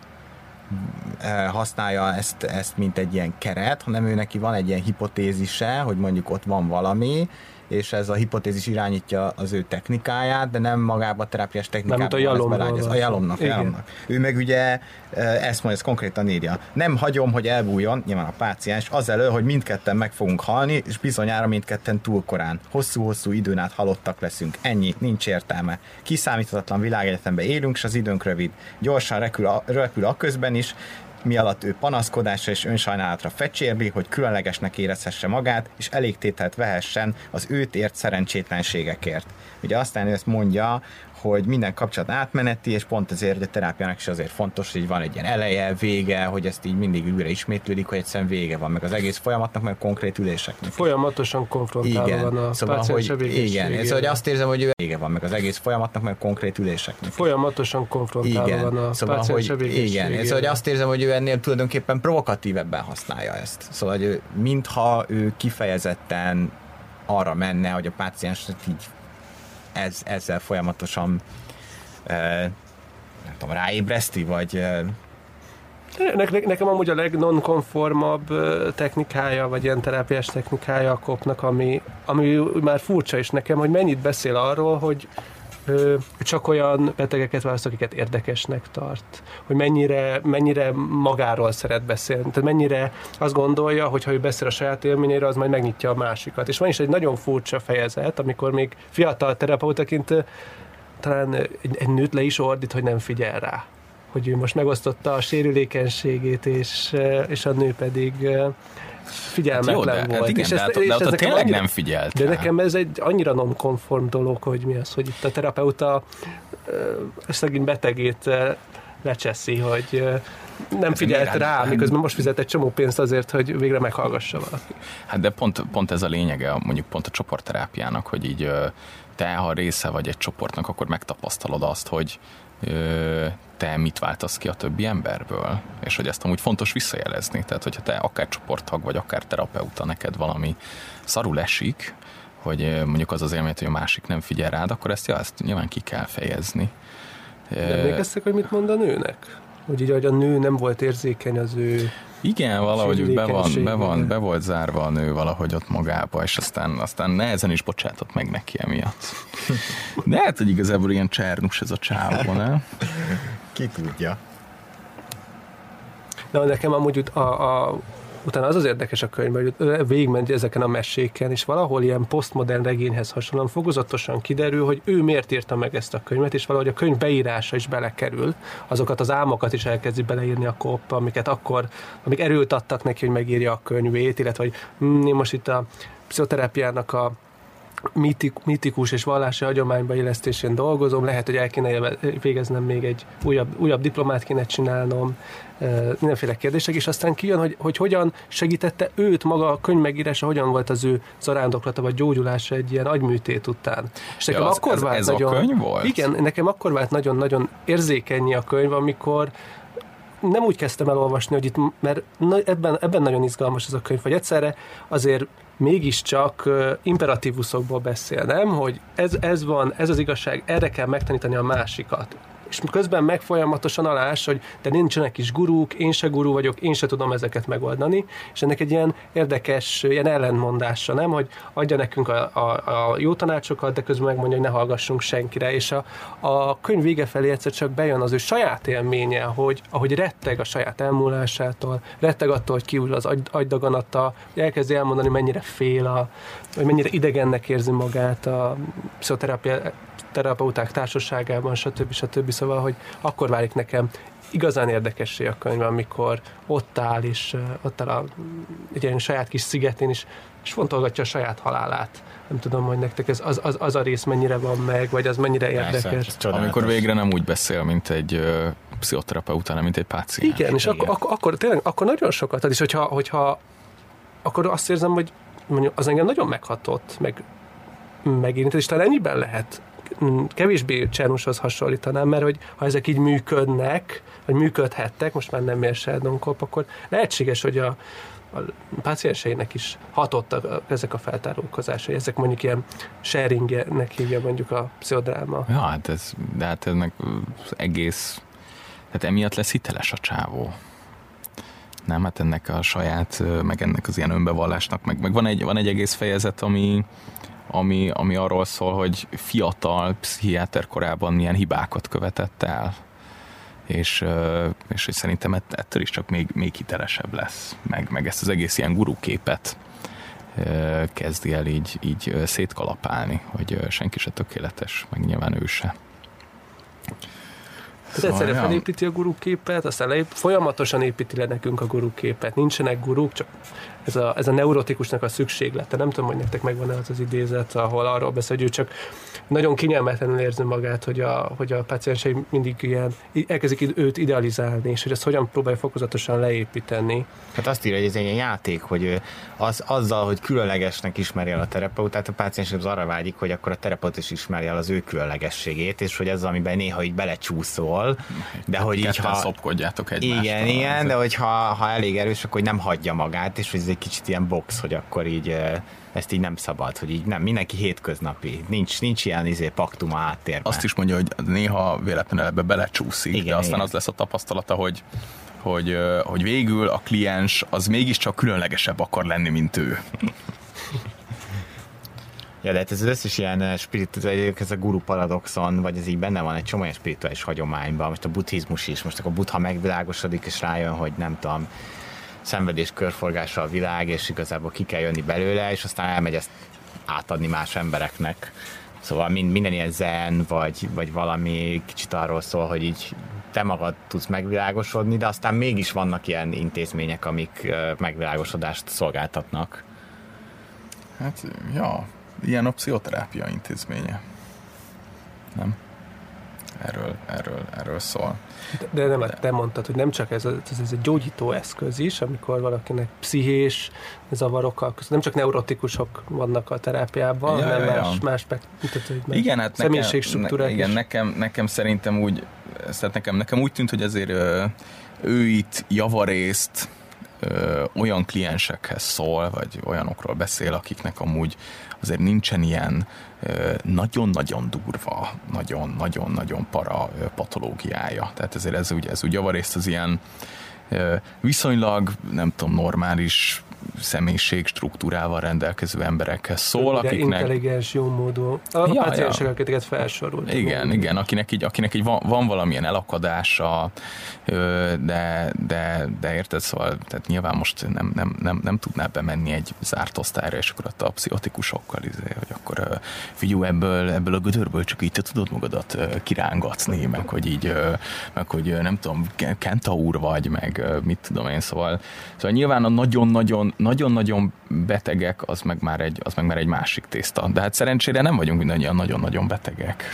használja ezt, ezt, mint egy ilyen keret, hanem ő neki van egy ilyen hipotézise, hogy mondjuk ott van valami, és ez a hipotézis irányítja az ő technikáját, de nem magába a terápiás technikában. Nem, a Yalomnak. A Yalomnak, Yalomnak. Ő meg ugye ezt mondja, ezt konkrétan írja. Nem hagyom, hogy elbújjon, nyilván a páciens, azelő, hogy mindketten meg fogunk halni, és bizonyára mindketten túl korán. Hosszú-hosszú időn át halottak leszünk. Ennyi, nincs értelme. Kiszámíthatatlan világegyetemben élünk, és az időnk rövid. Gyorsan repül a, repül a közben is, mi alatt ő panaszkodásra és önsajnálatra fecsérli, hogy különlegesnek érezhesse magát, és elégtételt vehessen az őt ért szerencsétlenségekért. Ugye aztán ő ezt mondja, hogy minden kapcsolat átmeneti, és pont ezért a terápiának is azért fontos, hogy van egy ilyen eleje, vége, hogy ezt így mindig újra ismétlődik, hogy egyszerűen vége van, meg az egész folyamatnak, meg konkrét üléseknek. Folyamatosan konfrontálva van a szóval, páciens igen, ez, hogy azt érzem, hogy vége van, meg az egész folyamatnak, meg konkrét üléseknek. Folyamatosan konfrontálva igen. van a szóval, páciens hogy, igen, ez, hogy azt érzem, hogy ő ennél tulajdonképpen provokatívebben használja ezt. Szóval, hogy ő, mintha ő kifejezetten arra menne, hogy a páciens így Ez, ezzel folyamatosan e, nem tudom, ráébreszti, vagy... E... Ne, ne, nekem amúgy a legnonkonformabb technikája, vagy ilyen terápiás technikája a kopnak, ami, ami már furcsa is nekem, hogy mennyit beszél arról, hogy ö, csak olyan betegeket választ, akiket érdekesnek tart. Hogy mennyire, mennyire magáról szeret beszélni. Tehát mennyire azt gondolja, hogy ha ő beszél a saját élményéről, az majd megnyitja a másikat. És van is egy nagyon furcsa fejezet, amikor még fiatal terapeutaként talán egy, egy nőt le is ordít, hogy nem figyel rá. Hogy ő most megosztotta a sérülékenységét, és, és a nő pedig figyelmetlen hát jó, de, volt. Hát igen, és de, ezt, de, de és ott tényleg annyira, nem figyelt De rá. nekem ez egy annyira non-konform dolog, hogy mi az, hogy itt a terapeuta szegény betegét lecseszi, hogy nem figyelt miért? rá, miközben most fizet egy csomó pénzt azért, hogy végre meghallgassa valaki. Hát de pont, pont ez a lényege, mondjuk pont a csoportterápiának, hogy így te, ha része vagy egy csoportnak, akkor megtapasztalod azt, hogy te mit váltasz ki a többi emberből, és hogy ezt amúgy fontos visszajelezni. Tehát, hogyha te akár csoporttag vagy akár terapeuta, neked valami szarul esik, hogy mondjuk az az élmény, hogy a másik nem figyel rád, akkor ezt, ja, ezt nyilván ki kell fejezni. Emlékeztek, hogy mit mond a nőnek? Hogy így, hogy a nő nem volt érzékeny az ő... Igen, valahogy be, van, be, van, be volt zárva a nő valahogy ott magába, és aztán, aztán nehezen is bocsátott meg neki emiatt. De hát, hogy igazából ilyen csernus ez a csávó, nem? Ki tudja. Na, nekem amúgy a, a, utána az az érdekes a könyv, hogy végigment ezeken a meséken, és valahol ilyen posztmodern regényhez hasonlóan fokozatosan kiderül, hogy ő miért írta meg ezt a könyvet, és valahogy a könyv beírása is belekerül. Azokat az álmokat is elkezdi beleírni a Kopp, amiket akkor, amik erőt adtak neki, hogy megírja a könyvét, illetve hogy hm, én most itt a pszichoterápiának a mítikus és vallási hagyományba illesztésén dolgozom, lehet, hogy el kéne végeznem még egy újabb, újabb diplomát kéne csinálnom, mindenféle kérdések, és aztán kijön, hogy, hogy hogyan segítette őt maga a könyv megírása, hogyan volt az ő zarándoklata vagy gyógyulása egy ilyen agyműtét után. És nekem ja, az, akkor ez, vált ez nagyon, a könyv volt? Igen, nekem akkor vált nagyon-nagyon érzékenyi a könyv, amikor nem úgy kezdtem el olvasni, hogy itt, mert na, ebben, ebben nagyon izgalmas ez a könyv, hogy egyszerre azért mégiscsak uh, imperatívuszokból beszél, nem? Hogy ez, ez van, ez az igazság, erre kell megtanítani a másikat. És közben meg folyamatosan alás, hogy de nincsenek is gurúk, én se gurú vagyok, én se tudom ezeket megoldani, és ennek egy ilyen érdekes, ilyen ellentmondása, nem? Hogy adja nekünk a, a, a jó tanácsokat, de közben megmondja, hogy ne hallgassunk senkire, és a, a könyv vége felé egyszer csak bejön az ő saját élménye, hogy ahogy retteg a saját elmúlásától, retteg attól, hogy kiújul az agy, agydaganata, hogy elkezdi elmondani, mennyire fél, a, vagy mennyire idegennek érzi magát a pszichoterápia terapeuták társaságában, stb. stb. Szóval, hogy akkor válik nekem igazán érdekessé a könyv, amikor ott áll, és ott áll a, egy ilyen saját kis szigetén is, és fontolgatja a saját halálát. Nem tudom, hogy nektek ez, az, az, az a rész mennyire van meg, vagy az mennyire érdekes. Persze, amikor végre nem úgy beszél, mint egy uh, pszichoterapeuta, hanem mint egy páciens. Igen, és akkor, akkor, akkor tényleg, akkor nagyon sokat ad, és hogyha, hogyha akkor azt érzem, hogy mondjuk az engem nagyon meghatott, meg megérintett, és talán ennyiben lehet kevésbé Csernushoz hasonlítanám, mert hogy ha ezek így működnek, vagy működhettek, most már nem ér Sheldon Kopp, akkor lehetséges, hogy a, a pácienseinek is hatottak ezek a feltárulkozásai. Ezek mondjuk ilyen sharingnek hívja mondjuk a pszichodráma. Ja, hát ez, de hát ennek az egész, tehát emiatt lesz hiteles a csávó. Nem, hát ennek a saját, meg ennek az ilyen önbevallásnak, meg, meg van, egy, van egy egész fejezet, ami Ami, ami arról szól, hogy fiatal pszichiáter korában milyen hibákat követett el. És, és hogy szerintem ettől is csak még, még hitelesebb lesz. Meg, meg ezt az egész ilyen guruképet kezdi el így, így szétkalapálni, hogy senki se tökéletes, meg nyilván ő se. Szóval egyszerre ja. felépíti a guruképet, aztán leép, folyamatosan építi le nekünk a guruképet. Nincsenek guruk, csak ez a, ez a neurotikusnak a szükséglete. Nem tudom, hogy nektek megvan-e az az idézet, ahol arról beszél, hogy ő csak nagyon kényelmetlenül érzi magát, hogy a, hogy a páciensei mindig ilyen, elkezdik őt idealizálni, és hogy ezt hogyan próbálja fokozatosan leépíteni. Hát azt írja, hogy ez egy ilyen játék, hogy az, azzal, hogy különlegesnek ismeri el a terapeutát, a páciens az arra vágyik, hogy akkor a terapeut is ismeri el az ő különlegességét, és hogy ez, amiben néha így belecsúszol, de hogy így ha... szopkodjátok egymást. Igen, igen, de hogyha ha elég erős, akkor nem hagyja magát, és hogy ez egy kicsit ilyen box, hogy akkor így ezt így nem szabad, hogy így nem, mindenki hétköznapi, nincs, nincs ilyen izé paktum a háttérben. Azt is mondja, hogy néha véletlenül ebbe belecsúszik, igen, de aztán igen. Az lesz a tapasztalata, hogy, hogy, hogy végül a kliens az mégiscsak különlegesebb akar lenni, mint ő. Ja, de hát ez az összes ilyen spirituális, ez a guru paradoxon, vagy ez így benne van egy csomó olyan spirituális hagyományban, most a buddhizmus is, most akkor a buddha megvilágosodik, és rájön, hogy nem tudom, szenvedés körforgása a világ, és igazából ki kell jönni belőle, és aztán elmegy ezt átadni más embereknek. Szóval minden ilyen zen, vagy, vagy valami kicsit arról szól, hogy így te magad tudsz megvilágosodni, de aztán mégis vannak ilyen intézmények, amik megvilágosodást szolgáltatnak. Hát, ja, ilyen a pszichoterápia intézménye. Nem? Erről, erről, erről szól. De, de nem, de. te mondtad, hogy nem csak ez, a, ez, ez egy gyógyító eszköz is, amikor valakinek pszichés zavarokkal, nem csak neurotikusok vannak a terápiában, ja, hanem ja, más, ja. más, más, más igen, hát személyiségstruktúrák nekem, igen, nekem, nekem szerintem úgy, tehát nekem, nekem úgy tűnt, hogy azért ő, ő itt javarészt ö, olyan kliensekhez szól, vagy olyanokról beszél, akiknek amúgy azért nincsen ilyen ö, nagyon-nagyon durva, nagyon-nagyon-nagyon para ö, patológiája. Tehát ezért ez úgy, ez úgy javarészt az ilyen ö, viszonylag, nem tudom, normális személyiség struktúrával rendelkező emberekhez szól, de akiknek... intelligens, jómódú. A ja, páciensek, ja. akiket felsorult. Igen, módú. igen, akinek így, akinek így van, van valamilyen elakadása, de, de, de érted, szóval tehát nyilván most nem, nem, nem, nem tudná bemenni egy zárt osztályra, és akkor ott a pszichotikusokkal, izé, hogy akkor figyelj, ebből, ebből a gödörből csak így te tudod magadat kirángatni, meg hogy így, meg hogy nem tudom, kentaur vagy, meg mit tudom én, szóval, szóval nyilván a nagyon-nagyon nagyon-nagyon betegek, az meg, már egy, az meg már egy másik tészta. De hát szerencsére nem vagyunk mindannyian nagyon-nagyon betegek.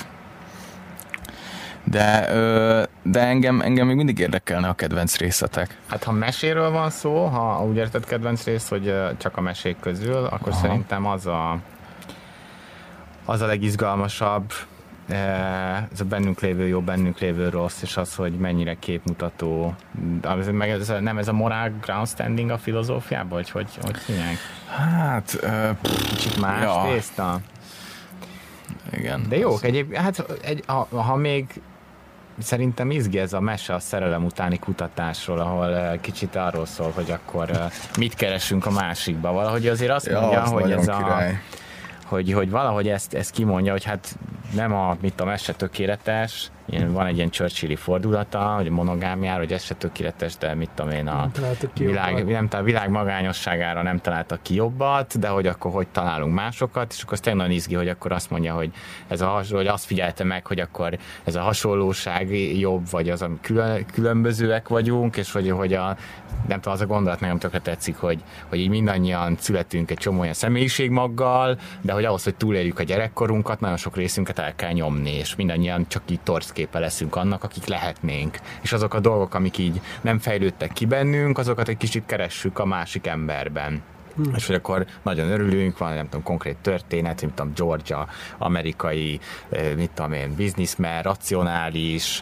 De, de engem, engem még mindig érdekelne a kedvenc részletek. Hát ha meséről van szó, ha úgy érted kedvenc rész, hogy csak a mesék közül, akkor Aha. szerintem az a, az a legizgalmasabb, ez a bennünk lévő jó, bennünk lévő rossz, és az, hogy mennyire képmutató. Meg ez a, nem ez a moral ground standing a filozófiában, vagy hogy, hogy hívják? Hát... Uh, Kicsit más ja. tészta. Igen. De jók, egyébként, hát egy, ha, ha még szerintem izgi ez a mese a szerelem utáni kutatásról, ahol kicsit arról szól, hogy akkor mit keresünk a másikba. Valahogy azért azt ja, mondja, az hogy ez király. a... Hogy, hogy valahogy ezt, ezt kimondja, hogy hát nem a, mit a mese tökéletes, ilyen, van egy ilyen Churchilli fordulata, hogy a monogámiára, hogy ez se tökéletes, de mit tudom én, a világ, nem, a világ magányosságára nem találtak ki jobbat, de hogy akkor hogy találunk másokat, és akkor az tényleg nagyon izgi, hogy akkor azt mondja, hogy ez a hasonló, hogy azt figyelte meg, hogy akkor ez a hasonlóság jobb, vagy az, ami külön, különbözőek vagyunk, és hogy, hogy a, nem tudom, az a gondolat nekem tökre tetszik, hogy, hogy így mindannyian születünk egy csomó olyan személyiségmaggal, de hogy ahhoz, hogy túléljük a gyerekkorunkat, nagyon sok részünket el kell nyomni, és mindannyian csak így torcképe leszünk annak, akik lehetnénk. És azok a dolgok, amik így nem fejlődtek ki bennünk, azokat egy kicsit keressük a másik emberben. Hmm. És hogy akkor nagyon örülünk, van nem tudom, konkrét történet, mint tudom, Georgia, amerikai, mit tudom én, businessman, racionális,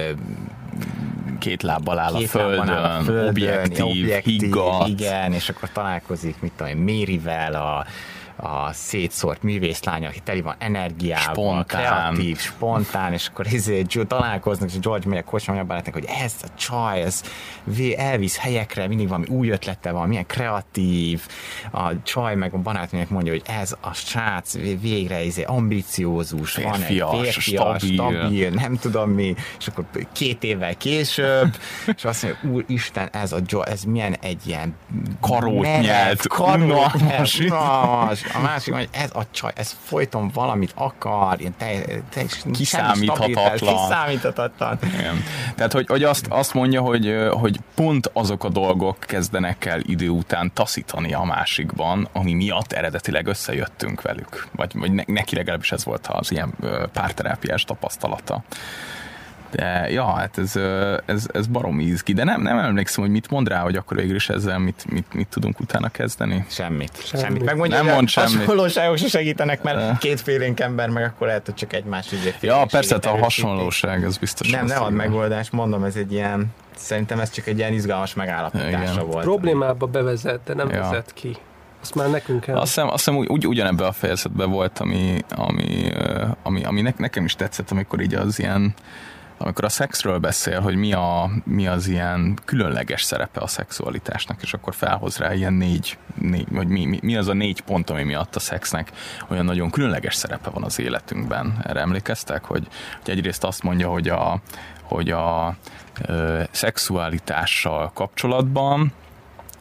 két lábbal áll, két a, földön, áll a földön, objektív, objektív higgadt. Igen, és akkor találkozik, mit tudom én, Maryvel, a a szétszórt művészlánya, aki teli van energiával, spontán. kreatív, spontán, és akkor ezért találkoznak, és George megy a kocsma, mondja a barátnak, hogy ez a csaj, ez elvisz helyekre, mindig valami új ötlete van, milyen kreatív, a csaj meg a barátnak mondja, hogy ez a srác végre ezért ambiciózus, férfias, van egy férfias, stabil. stabil, nem tudom mi, és akkor két évvel később, és azt mondja, úristen, ez a George, ez milyen egy ilyen karót nyelt, karót nyelt, a másik, hogy ez a csaj, ez folyton valamit akar, ilyen te, te, kiszámíthatatlan. Kiszámíthatatlan. Igen. Tehát, hogy, hogy azt, azt mondja, hogy, hogy pont azok a dolgok kezdenek el idő után taszítani a másikban, ami miatt eredetileg összejöttünk velük. Vagy, vagy neki legalábbis ez volt az ilyen párterápiás tapasztalata. De ja, hát ez, ez, ez baromi izgi, de nem, nem emlékszem, hogy mit mond rá, hogy akkor végül is ezzel mit, mit, mit tudunk utána kezdeni. Semmit. Semmit. semmit. Megmondja, nem mond semmit. Hasonlóságok se segítenek, mert kétfélénk ember, meg akkor lehet, hogy csak egymás ügyét. Ja, persze, a hasonlóság, ez biztos. Nem, nem ad megoldást, mondom, ez egy ilyen, szerintem ez csak egy ilyen izgalmas megállapítása volt. Problémába bevezet, de nem ja. vezet ki. Azt már nekünk kell. Azt hiszem, azt hiszem ugy, ugyanebben a fejezetben volt, ami, ami, ami, ami nekem is tetszett, amikor így az ilyen amikor a szexről beszél, hogy mi, a, mi az ilyen különleges szerepe a szexualitásnak, és akkor felhoz rá ilyen négy, négy vagy mi, mi, mi az a négy pont, ami miatt a szexnek olyan nagyon különleges szerepe van az életünkben. Erre emlékeztek, hogy, hogy egyrészt azt mondja, hogy a, hogy a ö, szexualitással kapcsolatban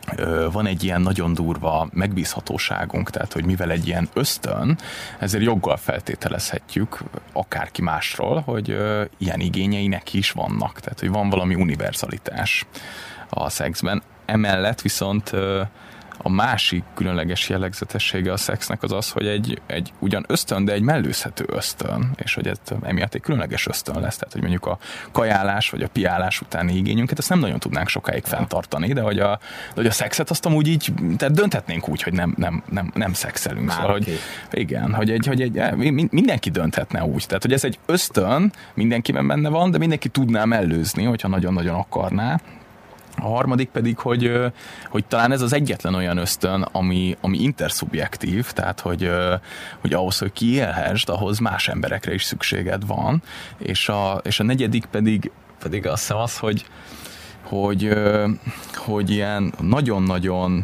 van egy ilyen nagyon durva megbízhatóságunk, tehát hogy mivel egy ilyen ösztön, ezért joggal feltételezhetjük akárki másról, hogy ilyen igényei neki is vannak, tehát hogy van valami univerzalitás a szexben. Emellett viszont a másik különleges jellegzetessége a szexnek az az, hogy egy, egy ugyan ösztön, de egy mellőzhető ösztön, és hogy ez emiatt egy különleges ösztön lesz, tehát hogy mondjuk a kajálás vagy a piálás utáni igényünket, ezt nem nagyon tudnánk sokáig fenntartani, de hogy a, de hogy a szexet azt amúgy így, tehát dönthetnénk úgy, hogy nem, nem, nem, nem szexelünk. Már szóval, okay. hogy igen, hogy, egy, hogy egy, mindenki dönthetne úgy, tehát hogy ez egy ösztön, mindenkiben benne van, de mindenki tudná mellőzni, hogyha nagyon-nagyon akarná. A harmadik pedig, hogy, hogy talán ez az egyetlen olyan ösztön, ami, ami interszubjektív, tehát hogy, hogy ahhoz, hogy kiélhessd, ahhoz más emberekre is szükséged van, és a, és a negyedik pedig, pedig azt hiszem az, hogy, hogy, hogy ilyen nagyon-nagyon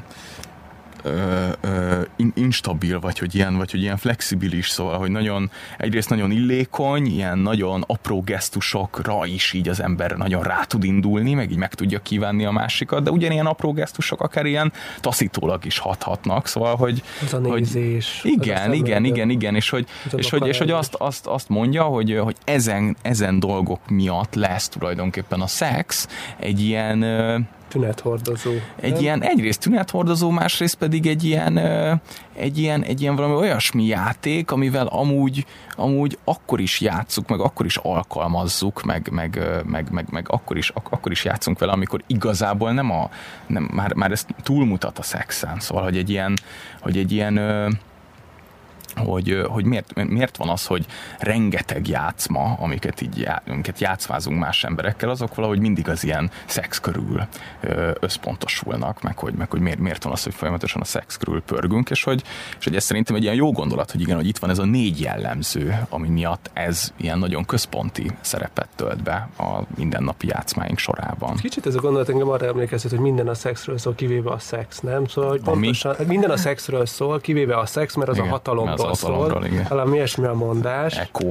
Ö, ö, instabil, vagy hogy ilyen, vagy hogy ilyen flexibilis, szóval, hogy nagyon, egyrészt nagyon illékony, ilyen nagyon apró gesztusokra is így az ember nagyon rá tud indulni, meg így meg tudja kívánni a másikat, de ugyanilyen apró gesztusok akár ilyen taszítólag is hathatnak, szóval, hogy... Az a nézés. Hogy, igen, igen, igen, igen, és hogy, és hogy, és hogy azt, azt, azt mondja, hogy, hogy ezen, ezen dolgok miatt lesz tulajdonképpen a szex egy ilyen... tünethordozó. Egy nem? ilyen, egyrészt tünethordozó, másrészt pedig egy ilyen, egy ilyen, egy ilyen valami olyasmi játék, amivel amúgy, amúgy akkor is játsszuk, meg akkor is alkalmazzuk, meg, meg, meg, meg, meg akkor, is, ak- akkor is játszunk vele, amikor igazából nem a, nem, már, már ez túlmutat a szexen. Szóval, hogy egy ilyen, hogy egy ilyen hogy, hogy miért, miért van az, hogy rengeteg játszma, amiket így já, amiket játszmázunk más emberekkel, azok valahogy mindig az ilyen szex körül összpontosulnak, meg hogy, meg hogy miért, miért van az, hogy folyamatosan a szex körül pörgünk, és hogy, és hogy ez szerintem egy ilyen jó gondolat, hogy igen, hogy itt van ez a négy jellemző, ami miatt ez ilyen nagyon központi szerepet tölt be a mindennapi játszmáink sorában. Kicsit ez a gondolat engem arra emlékeztet, hogy minden a szexről szól, kivéve a szex, nem? Szóval, hogy pontosan, minden a szexről szól, kivéve a szex, mert az igen, a hatalomról szól. Valami ilyesmi a mondás. Eko.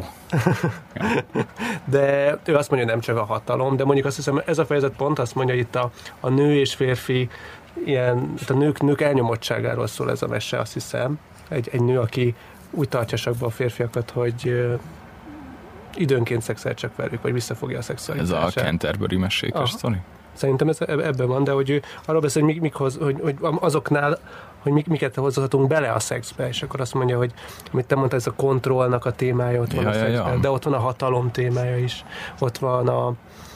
De ő azt mondja, nem csak a hatalom, de mondjuk azt hiszem, ez a fejezet pont azt mondja, hogy itt a, a nő és férfi ilyen, a nők, nők elnyomottságáról szól ez a mese, azt hiszem. Egy, egy nő, aki úgy tartja sakba a férfiakat, hogy uh, időnként szexel csak velük, vagy visszafogja a szexualitását. Ez a Canterbury mesékes sztori? Szerintem ez ebben van, de hogy ő arról beszél, hogy, mik, mik hoz, hogy, hogy azoknál, hogy mik, miket hozhatunk bele a szexbe, és akkor azt mondja, hogy amit te mondtad, ez a kontrollnak a témája ott van ja, a szexben, ja, ja. De ott van a hatalom témája is, ott van a,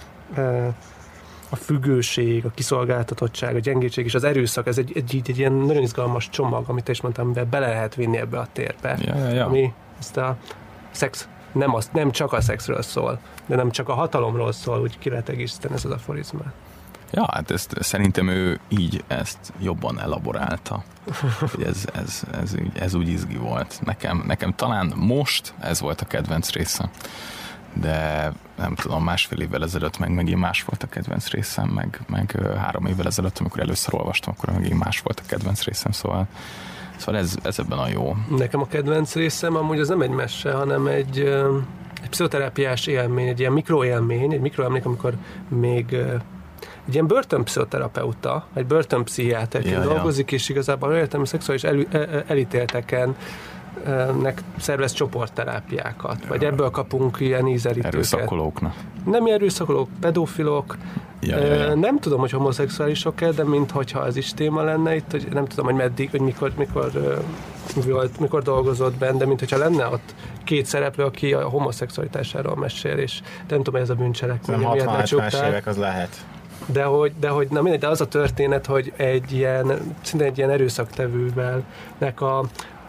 a függőség, a kiszolgáltatottság, a gyengétség és az erőszak, ez egy, egy, egy, egy ilyen nagyon izgalmas csomag, amit te is mondtam, amivel bele lehet vinni ebbe a térbe, ja, ja, ja. ami ezt a szex nem, az, nem csak a szexről szól, de nem csak a hatalomról szól, úgy ki lehet egészíteni ez az aforizmát. Ja, hát ezt, szerintem ő így ezt jobban elaborálta. Ez, ez, ez, ez úgy izgi volt. Nekem, nekem talán most ez volt a kedvenc része. De nem tudom, másfél évvel ezelőtt meg megint más volt a kedvenc részem, meg, meg három évvel ezelőtt, amikor először olvastam, akkor megint más volt a kedvenc részem, szóval Szóval ez, ez ebben a jó. Nekem a kedvenc részem amúgy az nem egy mese, hanem egy, egy pszichoterápiás élmény, egy ilyen mikroélmény, egy mikroemlék, amikor még egy ilyen börtönpszichoterapeuta, egy börtönpszichiáterként ja, dolgozik, ja. És igazából értem, szexuális el, el, elítélteken nek szervez csoportterápiákat, vagy ebből kapunk ilyen ízelítőket. Erőszakolóknak. Nem erőszakolók, pedofilok, ja, ja, ja. Nem tudom, hogy homoszexuálisok-e, de minthogyha ez is téma lenne itt, hogy nem tudom, hogy meddig, hogy mikor, mikor, mikor, mikor dolgozott benne, de minthogyha lenne ott két szereplő, aki a homoszexualitásáról mesél, és nem tudom, hogy ez a bűncselekmény. Nem hatvanas évek, az lehet. De hogy, de hogy na mindegy, de az a történet, hogy egy ilyen, szinte egy ilyen erőszaktevővel nek a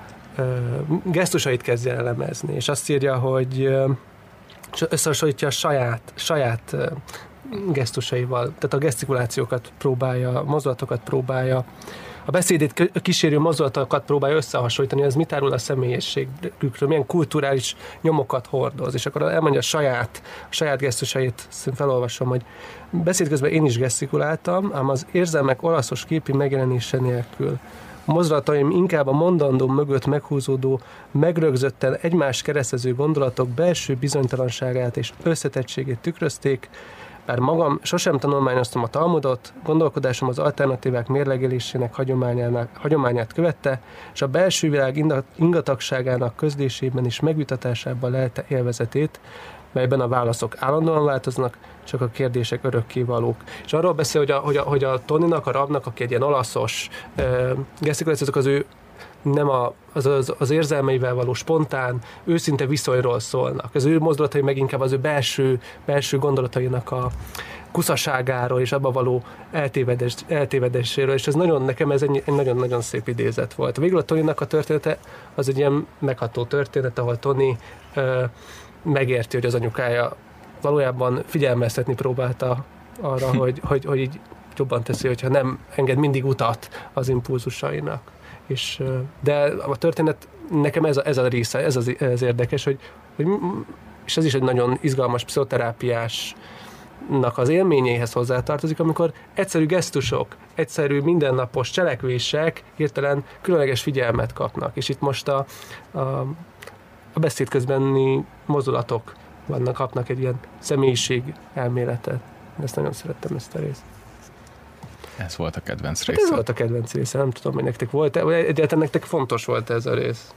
gesztusait kezdje elemezni, és azt írja, hogy összehasonlítja a saját, saját gesztusaival, tehát a gesztikulációkat próbálja, a mozdulatokat próbálja, a beszédét kísérő mozdulatokat próbálja összehasonlítani, ez mit árul a személyiségükről, milyen kulturális nyomokat hordoz, és akkor elmondja a saját, a saját gesztusait, felolvasom, hogy beszéd közben én is gesztikuláltam, ám az érzelmek olaszos képi megjelenése nélkül. A mozdulataim inkább a mondandó mögött meghúzódó, megrögzötten egymást keresztező gondolatok belső bizonytalanságát és összetettségét tükrözték, Bár magam sosem tanulmányoztam a Talmudot, gondolkodásom az alternatívák mérlegelésének hagyományát követte, és a belső világ ingatagságának közlésében is megvitatásában lelte élvezetét, melyben a válaszok állandóan változnak, csak a kérdések örökkévalók. És arról beszél, hogy a, hogy a, hogy a Tonynak, a Rabnak, aki egy ilyen olaszos uh, gesztikulációk, az ő nem a, az, az, az érzelmeivel való spontán, őszinte viszonyról szólnak. Az ő mozdulatai meg inkább az ő belső, belső gondolatainak a kuszaságáról és abba való eltévedes, eltévedéséről, és ez nagyon, nekem ez egy, egy nagyon-nagyon szép idézet volt. Végül a Tonynak a története az egy ilyen megható történet, ahol Tony uh, megérti, hogy az anyukája valójában figyelmeztetni próbálta arra, hogy, hogy, hogy így jobban teszi, hogyha nem enged mindig utat az impulzusainak. És, de a történet, nekem ez a, ez a része, ez az, ez érdekes, hogy, hogy, és ez is egy nagyon izgalmas pszichoterápiásnak az élményéhez hozzátartozik, amikor egyszerű gesztusok, egyszerű mindennapos cselekvések hirtelen különleges figyelmet kapnak. És itt most a, a, a beszéd közbeni mozdulatok vannak, kapnak egy ilyen személyiség elméletet. Ezt nagyon szerettem, ezt a részt. Ez volt a kedvenc része. Hát ez volt a kedvenc része, nem tudom, hogy nektek volt-e, vagy egyáltalán nektek fontos volt ez a rész?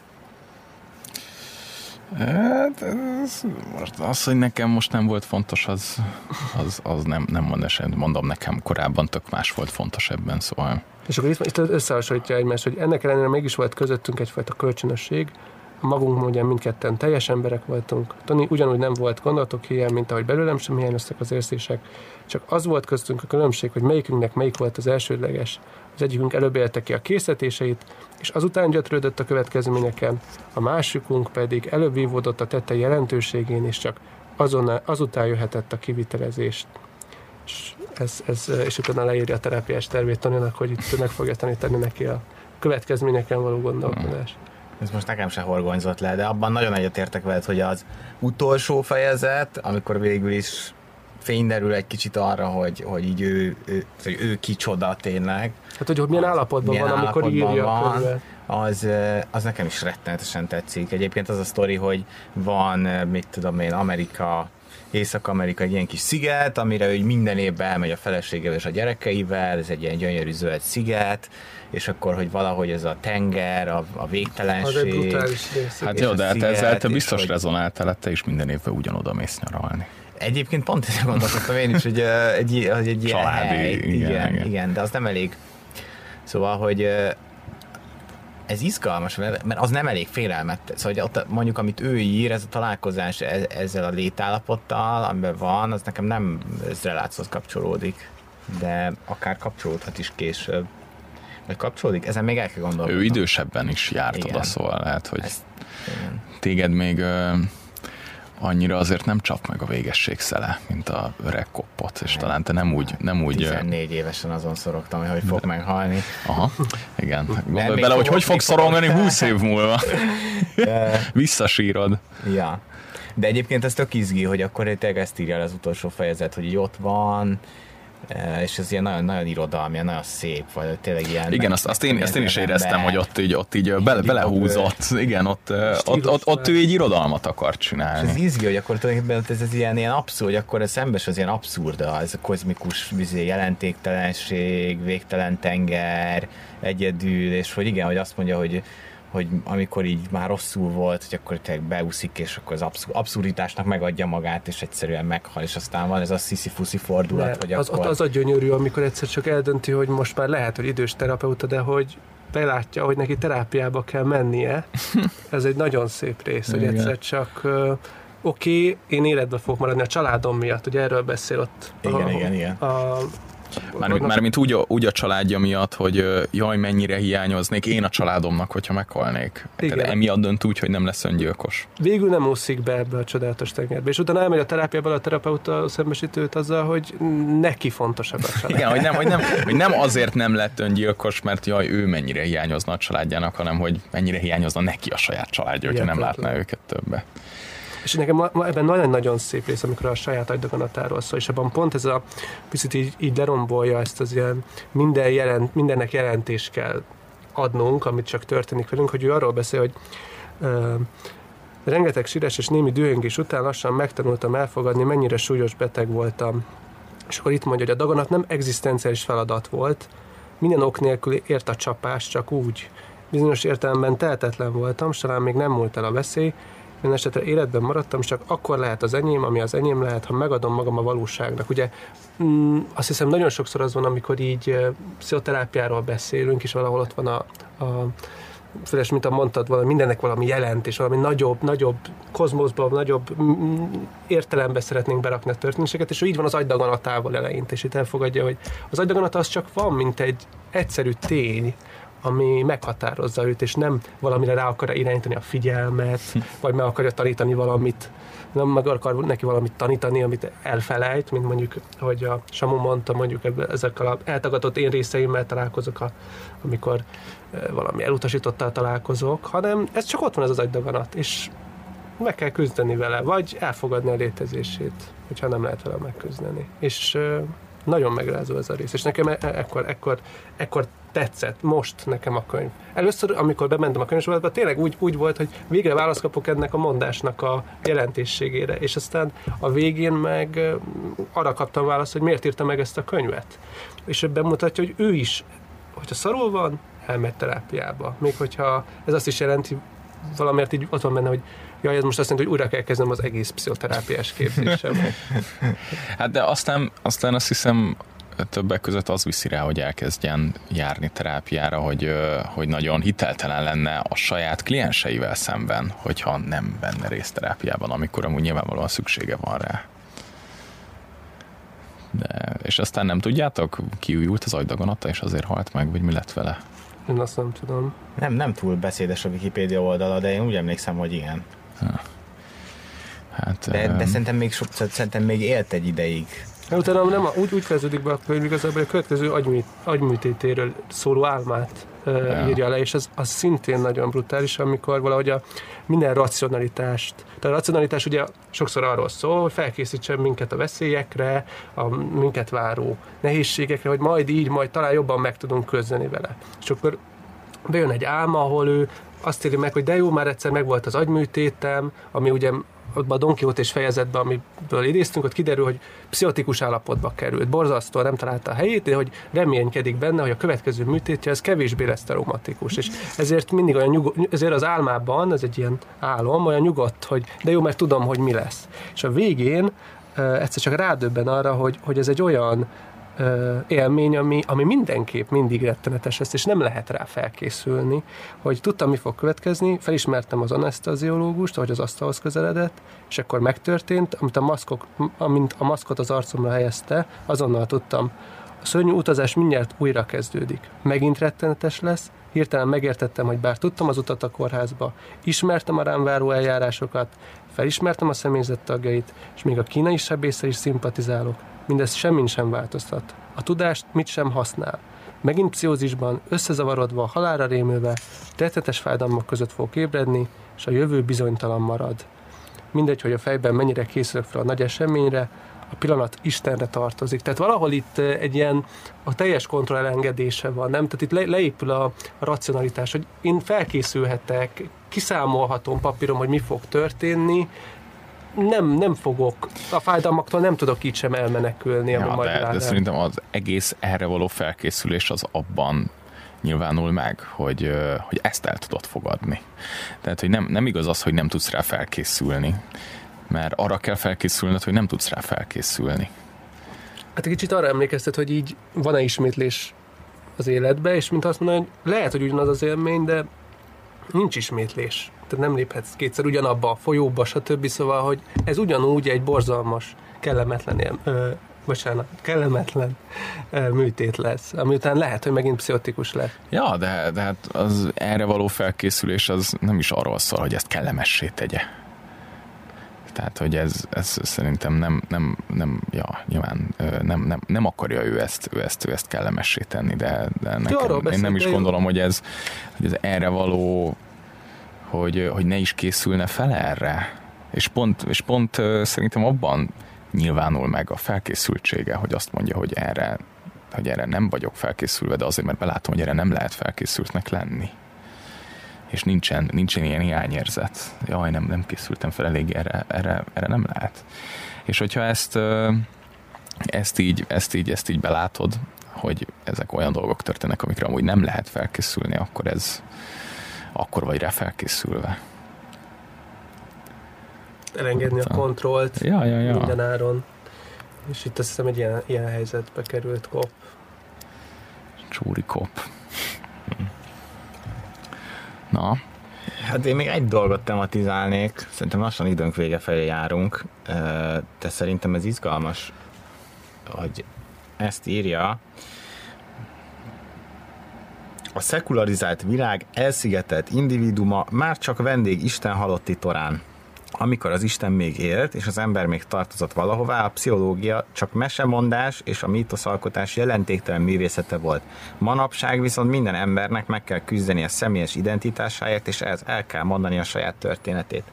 Hát, ez, most az, hogy nekem most nem volt fontos, az, az, az nem, nem mond eset. Mondom, nekem korábban tök más volt fontos ebben, szóval. És akkor itt, itt összehasonlítja egymást, hogy ennek ellenére mégis volt közöttünk egyfajta kölcsönösség, magunk mondjam mindketten teljes emberek voltunk. Tony ugyanúgy nem volt gondolatok hiány, mint ahogy belőlem sem hiányoztak az érzések. Csak az volt köztünk a különbség, hogy melyikünknek melyik volt az elsődleges. Az egyikünk előbb élte ki a készletéseit, és azután gyötrődött a következményeken, a másikunk pedig előbb vívódott a tette jelentőségén, és csak azon, azután jöhetett a kivitelezést. És, ez, ez, és utána leírja a terápiás tervét Tonynak, hogy itt meg fogja tanítani neki a következményeken való gondolkodás. Ez most nekem se horgonyzott le, de abban nagyon egyetértek veled, hogy az utolsó fejezet, amikor végül is fény derül egy kicsit arra, hogy, hogy így ő, ő, hogy ő kicsoda tényleg. Hát, hogy, hogy milyen állapotban milyen van, amikor írja van, a könyvet. Az, az nekem is rettenetesen tetszik. Egyébként az a sztori, hogy van, mit tudom én, Amerika, Észak-Amerika egy ilyen kis sziget, amire ő minden évben elmegy a feleségével és a gyerekeivel, ez egy ilyen gyönyörű zöld sziget, és akkor, hogy valahogy ez a tenger, a, a végtelenség. Az egy brutális rész. Hát jó, de hát ezzel te biztos hogy... rezonáltál, te is minden évben ugyanoda mész nyaralni. Egyébként pont ezt gondolkodtam én is, hogy uh, egy, egy, egy ilyen családi, hely. Igen, igen, igen. igen, de az nem elég. Szóval, hogy uh, ez izgalmas, mert, mert az nem elég félelmet. Szóval hogy ott, mondjuk, amit ő ír, ez a találkozás ezzel a létállapottal, amiben van, az nekem nem ez relációhoz kapcsolódik, de akár kapcsolódhat is később. Vagy kapcsolódik? Ezen még el kell gondolkodnom. Ő idősebben is járt igen. oda, szóval lehet, hogy Ezt, téged még uh, annyira azért nem csap meg a végesség szele, mint a öreg koppot, és nem. Talán te nem úgy... Nem úgy tizennégy évesen azon szorogtam, hogy fog meghalni. Aha, igen. Gondolj bele, hogy hogy fog szorongani húsz év múlva. Visszasírod. Ja. De egyébként ez tök izgi, hogy akkor tényleg ezt írja az utolsó fejezet, hogy így ott van, és ez ilyen nagyon, nagyon irodalmi, nagyon szép, vagy tényleg ilyen... Igen, azt, azt, én, azt én is éreztem, hogy ott így, ott így bele, belehúzott. Igen, ott, ott, ott, ott ő egy irodalmat akart csinálni. És ez izgi, hogy akkor tulajdonképpen ez, ez ilyen, ilyen abszurd, hogy akkor ez szembes az ilyen abszurda, ez a kozmikus jelentéktelenség, végtelen tenger, egyedül, és hogy igen, hogy azt mondja, hogy hogy amikor így már rosszul volt, hogy akkor tényleg beúszik, és akkor az abszur- abszurditásnak megadja magát, és egyszerűen meghal, és aztán van ez a sziszi-fuszi fordulat, de hogy az, akkor... Az a gyönyörű, amikor egyszer csak eldönti, hogy most már lehet, hogy idős terapeuta, de hogy belátja, hogy neki terápiába kell mennie. Ez egy nagyon szép rész, hogy egyszer csak uh, oké, okay, én életben fogok maradni a családom miatt, ugye erről beszél ott. Igen, a, igen, igen. A, Mármint, mármint úgy, a, úgy a családja miatt, hogy jaj, mennyire hiányoznék én a családomnak, hogyha meghalnék. Tehát emiatt dönt úgy, hogy nem lesz öngyilkos. Végül nem úszik be ebbe a csodálatos tengerbe. És utána elmegy a terápiából, a terapeuta szembesítőt azzal, hogy neki fontosabb a család. Igen, hogy nem, hogy, nem, hogy nem azért nem lett öngyilkos, mert jaj, ő mennyire hiányozna a családjának, hanem hogy mennyire hiányozna neki a saját családja, hogyha nem látná őket többbe. És nekem ma, ma ebben nagyon-nagyon szép rész, amikor a saját agydaganatáról szól, és abban pont ez a picit így, így lerombolja ezt az ilyen minden jelent, mindennek jelentést kell adnunk, amit csak történik velünk, hogy ő arról beszél, hogy uh, rengeteg sírás és némi dühöngés után lassan megtanultam elfogadni, mennyire súlyos beteg voltam. És akkor itt mondja, hogy a daganat nem egzisztenciális feladat volt, minden ok nélkül ért a csapás, csak úgy. Bizonyos értelemben tehetetlen voltam, s talán még nem múlt el a veszély, minden esetre életben maradtam, csak akkor lehet az enyém, ami az enyém lehet, ha megadom magam a valóságnak. Ugye mm, azt hiszem nagyon sokszor az van, amikor így uh, pszichoterápiáról beszélünk, és valahol ott van a, a főleg, mint mondtad, valami, mindennek valami jelent, és valami nagyobb, nagyobb kozmoszban, nagyobb mm, értelembe szeretnénk berakni a történéseket, és így van az agydaganatával eleint, és itt elfogadja, hogy az agydaganata az csak van, mint egy egyszerű tény, ami meghatározza őt, és nem valamire rá akarja irányítani a figyelmet, vagy meg akarja tanítani valamit, nem meg akar neki valamit tanítani, amit elfelejt, mint mondjuk, hogy a Samu mondta, mondjuk ezekkel az eltagadott én részeimmel találkozok, a, amikor valami elutasítottal találkozok, hanem ez csak ott van ez az agydaganat, és meg kell küzdeni vele, vagy elfogadni a létezését, hogyha nem lehet vele megküzdeni. És nagyon megrázó ez a rész, és nekem ekkor, ekkor, ekkor tetszett most nekem a könyv. Először, amikor bementem a könyvsboltba, tényleg úgy, úgy volt, hogy végre választ kapok ennek a mondásnak a jelentésségére, és aztán a végén meg arra kaptam választ, hogy miért írta meg ezt a könyvet. És bemutatja, hogy ő is, hogyha szarul van, elmegy terápiába. Még hogyha ez azt is jelenti, valamiért így ott van benne, hogy jaj, ez most azt jelenti, hogy újra kell kezdenem az egész pszichoterápiás képzésem. Hát de aztán, aztán azt hiszem, többek között az viszi rá, hogy elkezdjen járni terápiára, hogy, hogy nagyon hiteltelen lenne a saját klienseivel szemben, hogyha nem venne részt terápiában, amikor amúgy nyilvánvalóan szüksége van rá. De, és aztán nem tudjátok, kiújult az agydaganata, és azért halt meg, vagy mi lett vele? Én azt nem tudom. Nem, nem túl beszédes a Wikipédia oldala, de én úgy emlékszem, hogy igen. Ha. Hát, de, um... de szerintem, még so, szerintem még élt egy ideig. De utána nem, úgy, úgy kezdődik be a könyv igazából, hogy a következő agyműt, agyműtétéről szóló álmát uh, ja. írja le, és az, az szintén nagyon brutális, amikor valahogy a minden racionalitást, tehát a racionalitás ugye sokszor arról szól, hogy felkészítsen minket a veszélyekre, a minket váró nehézségekre, hogy majd így, majd talán jobban meg tudunk küzdeni vele. És akkor bejön egy álma, ahol ő azt éli meg, hogy de jó, már egyszer megvolt az agyműtétem, ami ugye ott a Don Quixote és fejezetben, amiből idéztünk, ott kiderül, hogy pszichotikus állapotba került. Borzasztóan nem találta a helyét, de hogy reménykedik benne, hogy a következő műtétje ez kevésbé lesz traumatikus. És ezért mindig olyan nyugodt, ezért az álmában, ez egy ilyen álom, olyan nyugodt, hogy de jó, mert tudom, hogy mi lesz. És a végén uh, egyszer csak rádöbben arra, hogy, hogy ez egy olyan élmény, ami, ami mindenképp mindig rettenetes lesz, és nem lehet rá felkészülni, hogy tudtam, mi fog következni, felismertem az aneszteziológust, ahogy az asztalhoz közeledett, és akkor megtörtént, amit a, maszkok, amint a maszkot az arcomra helyezte, azonnal tudtam, a szörnyű utazás mindjárt újra kezdődik. Megint rettenetes lesz, hirtelen megértettem, hogy bár tudtam az utat a kórházba, ismertem a rám váró eljárásokat, felismertem a személyzet tagjait, és még a kínai sebésszel is szimpatizálok. Mindez semmin sem változtat. A tudást mit sem használ. Megint pszichózisban, összezavarodva, halálra rémülve, rettenetes fájdalmak között fogok ébredni, és a jövő bizonytalan marad. Mindegy, hogy a fejben mennyire készülök fel a nagy eseményre, a pillanat Istenre tartozik. Tehát valahol itt egy ilyen a teljes kontroll elengedése van, nem? Tehát itt le, leépül a, a racionalitás, hogy én felkészülhetek, kiszámolhatom papírom, hogy mi fog történni, nem, nem fogok, a fájdalmaktól nem tudok így sem elmenekülni. Ja, de, de szerintem az egész erre való felkészülés az abban nyilvánul meg, hogy, hogy ezt el tudod fogadni. Tehát, hogy nem, nem igaz az, hogy nem tudsz rá felkészülni, mert arra kell felkészülned, hogy nem tudsz rá felkészülni. Hát egy kicsit arra emlékeztet, hogy így van-e ismétlés az életbe, és mint azt mondani, hogy lehet, hogy ugyanaz az élmény, de nincs ismétlés. Tehát nem léphetsz kétszer ugyanabba a folyóba, stb. Szóval, hogy ez ugyanúgy egy borzalmas, kellemetlen él, ö, bocsánat, kellemetlen ö, műtét lesz, ami után lehet, hogy megint pszichotikus lesz. Ja, de, de hát az erre való felkészülés az nem is arról szól, hogy ezt kellemessé tegye. Tehát, hogy ez, ez szerintem nem, nem, nem, ja, nyilván nem, nem, nem akarja ő ezt, ő ezt, ő ezt kellemessé tenni, de, de nekem, én nem is gondolom, hogy ez, hogy ez erre való, hogy, hogy ne is készülne fel erre. És pont, és pont szerintem abban nyilvánul meg a felkészültsége, hogy azt mondja, hogy erre, hogy erre nem vagyok felkészülve, de azért, mert belátom, hogy erre nem lehet felkészültnek lenni. És nincsen, nincsen ilyen hiányérzet. Jaj, nem, nem készültem fel elég, erre, erre, erre nem lehet. És hogyha ezt, ezt így, ezt így, ezt így belátod, hogy ezek olyan dolgok történnek, amikre amúgy nem lehet felkészülni, akkor ez, akkor vagy rá felkészülve. Elengedni a kontrollt ja, ja, ja. minden áron. És itt azt hiszem, egy ilyen, ilyen helyzetbe került Kopp. Csúri Kopp. Na? Hát én még egy dolgot tematizálnék, szerintem lassan időnk vége felé járunk, de szerintem ez izgalmas, hogy ezt írja. A szekularizált világ elszigetelt individuma már csak vendég Isten halotti torán. Amikor az Isten még élt, és az ember még tartozott valahová, a pszichológia csak mesemondás és a mítoszalkotás jelentéktelen művészete volt. Manapság viszont minden embernek meg kell küzdeni a személyes identitásáért, és ehhez el kell mondani a saját történetét.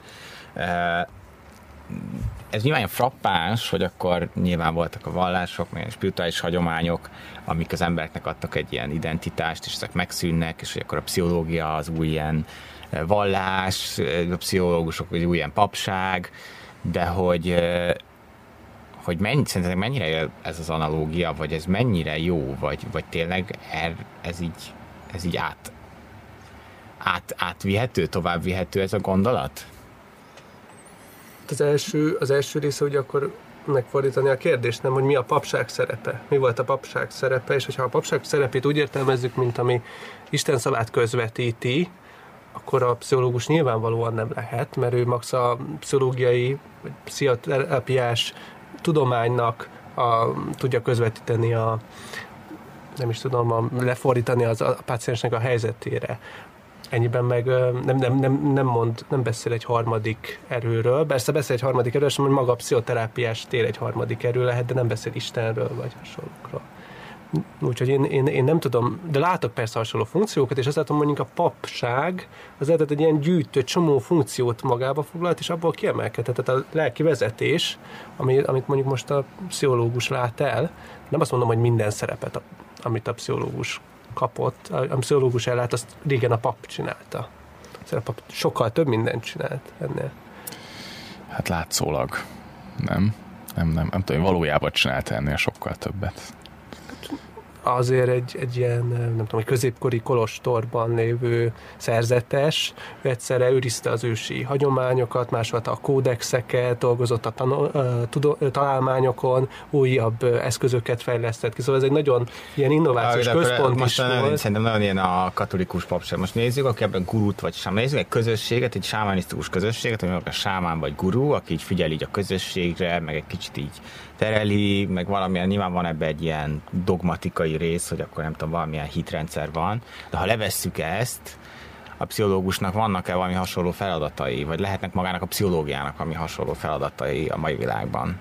Ez nyilván frappáns, hogy akkor nyilván voltak a vallások, meg a spirituális hagyományok, amik az embereknek adtak egy ilyen identitást, és ezek megszűnnek, és hogy akkor a pszichológia az új ilyen vallás, a pszichológusok egy új ilyen papság, de hogy, hogy mennyi, szerintetek mennyire ez az analógia, vagy ez mennyire jó, vagy, vagy tényleg ez így, ez így át, át, átvihető, továbbvihető ez a gondolat? Az első, az első része, hogy akkor megfordítani a kérdést, nem, hogy mi a papság szerepe. Mi volt a papság szerepe, és hogyha a papság szerepét úgy értelmezzük, mint ami Isten szavát közvetíti, akkor a pszichológus nyilvánvalóan nem lehet, mert ő max a pszichológiai, vagy pszichoterápiás tudománynak a, tudja közvetíteni a, nem is tudom, a, lefordítani az, a páciensnek a helyzetére. Ennyiben meg nem, nem, nem, nem mond, nem beszél egy harmadik erőről. Persze beszél egy harmadik erőről, és maga a pszichoterápiás tér egy harmadik erő lehet, de nem beszél Istenről, vagy hasonlókról. Úgyhogy én, én, én nem tudom, de látok persze hasonló funkciókat, és azt látom, mondjuk a papság az lehet egy ilyen gyűjtő, csomó funkciót magába foglalt, és abból kiemelkedett. Tehát a lelki vezetés, ami, amit mondjuk most a pszichológus lát el, nem azt mondom, hogy minden szerepet, amit a pszichológus kapott, a pszichológus ellát, azt régen a pap csinálta. A pap sokkal több mindent csinált ennél. Hát látszólag nem. Nem, nem, nem tudom, valójában csinálta ennél sokkal többet. Azért egy, egy ilyen, nem tudom, egy középkori kolostorban lévő szerzetes, ő egyszerre őrizte az ősi hagyományokat, másolta a kódexeket, dolgozott a tanul, tudó, találmányokon, újabb eszközöket fejlesztett ki. Szóval ez egy nagyon ilyen innovációs ah, központ most is nagyon, volt. Szerintem nagyon ilyen a katolikus papság. Most nézzük, aki ebben gurút vagy sámán. Nézzük egy közösséget, egy sámánisztikus közösséget, ami a sámán vagy gurú, aki így figyel így a közösségre, meg egy kicsit így tereli, meg valamilyen, nyilván van ebben egy ilyen dogmatikai rész, hogy akkor nem tudom, valamilyen hitrendszer van, de ha levesszük ezt, a pszichológusnak vannak-e valami hasonló feladatai, vagy lehetnek magának a pszichológiának valami hasonló feladatai a mai világban?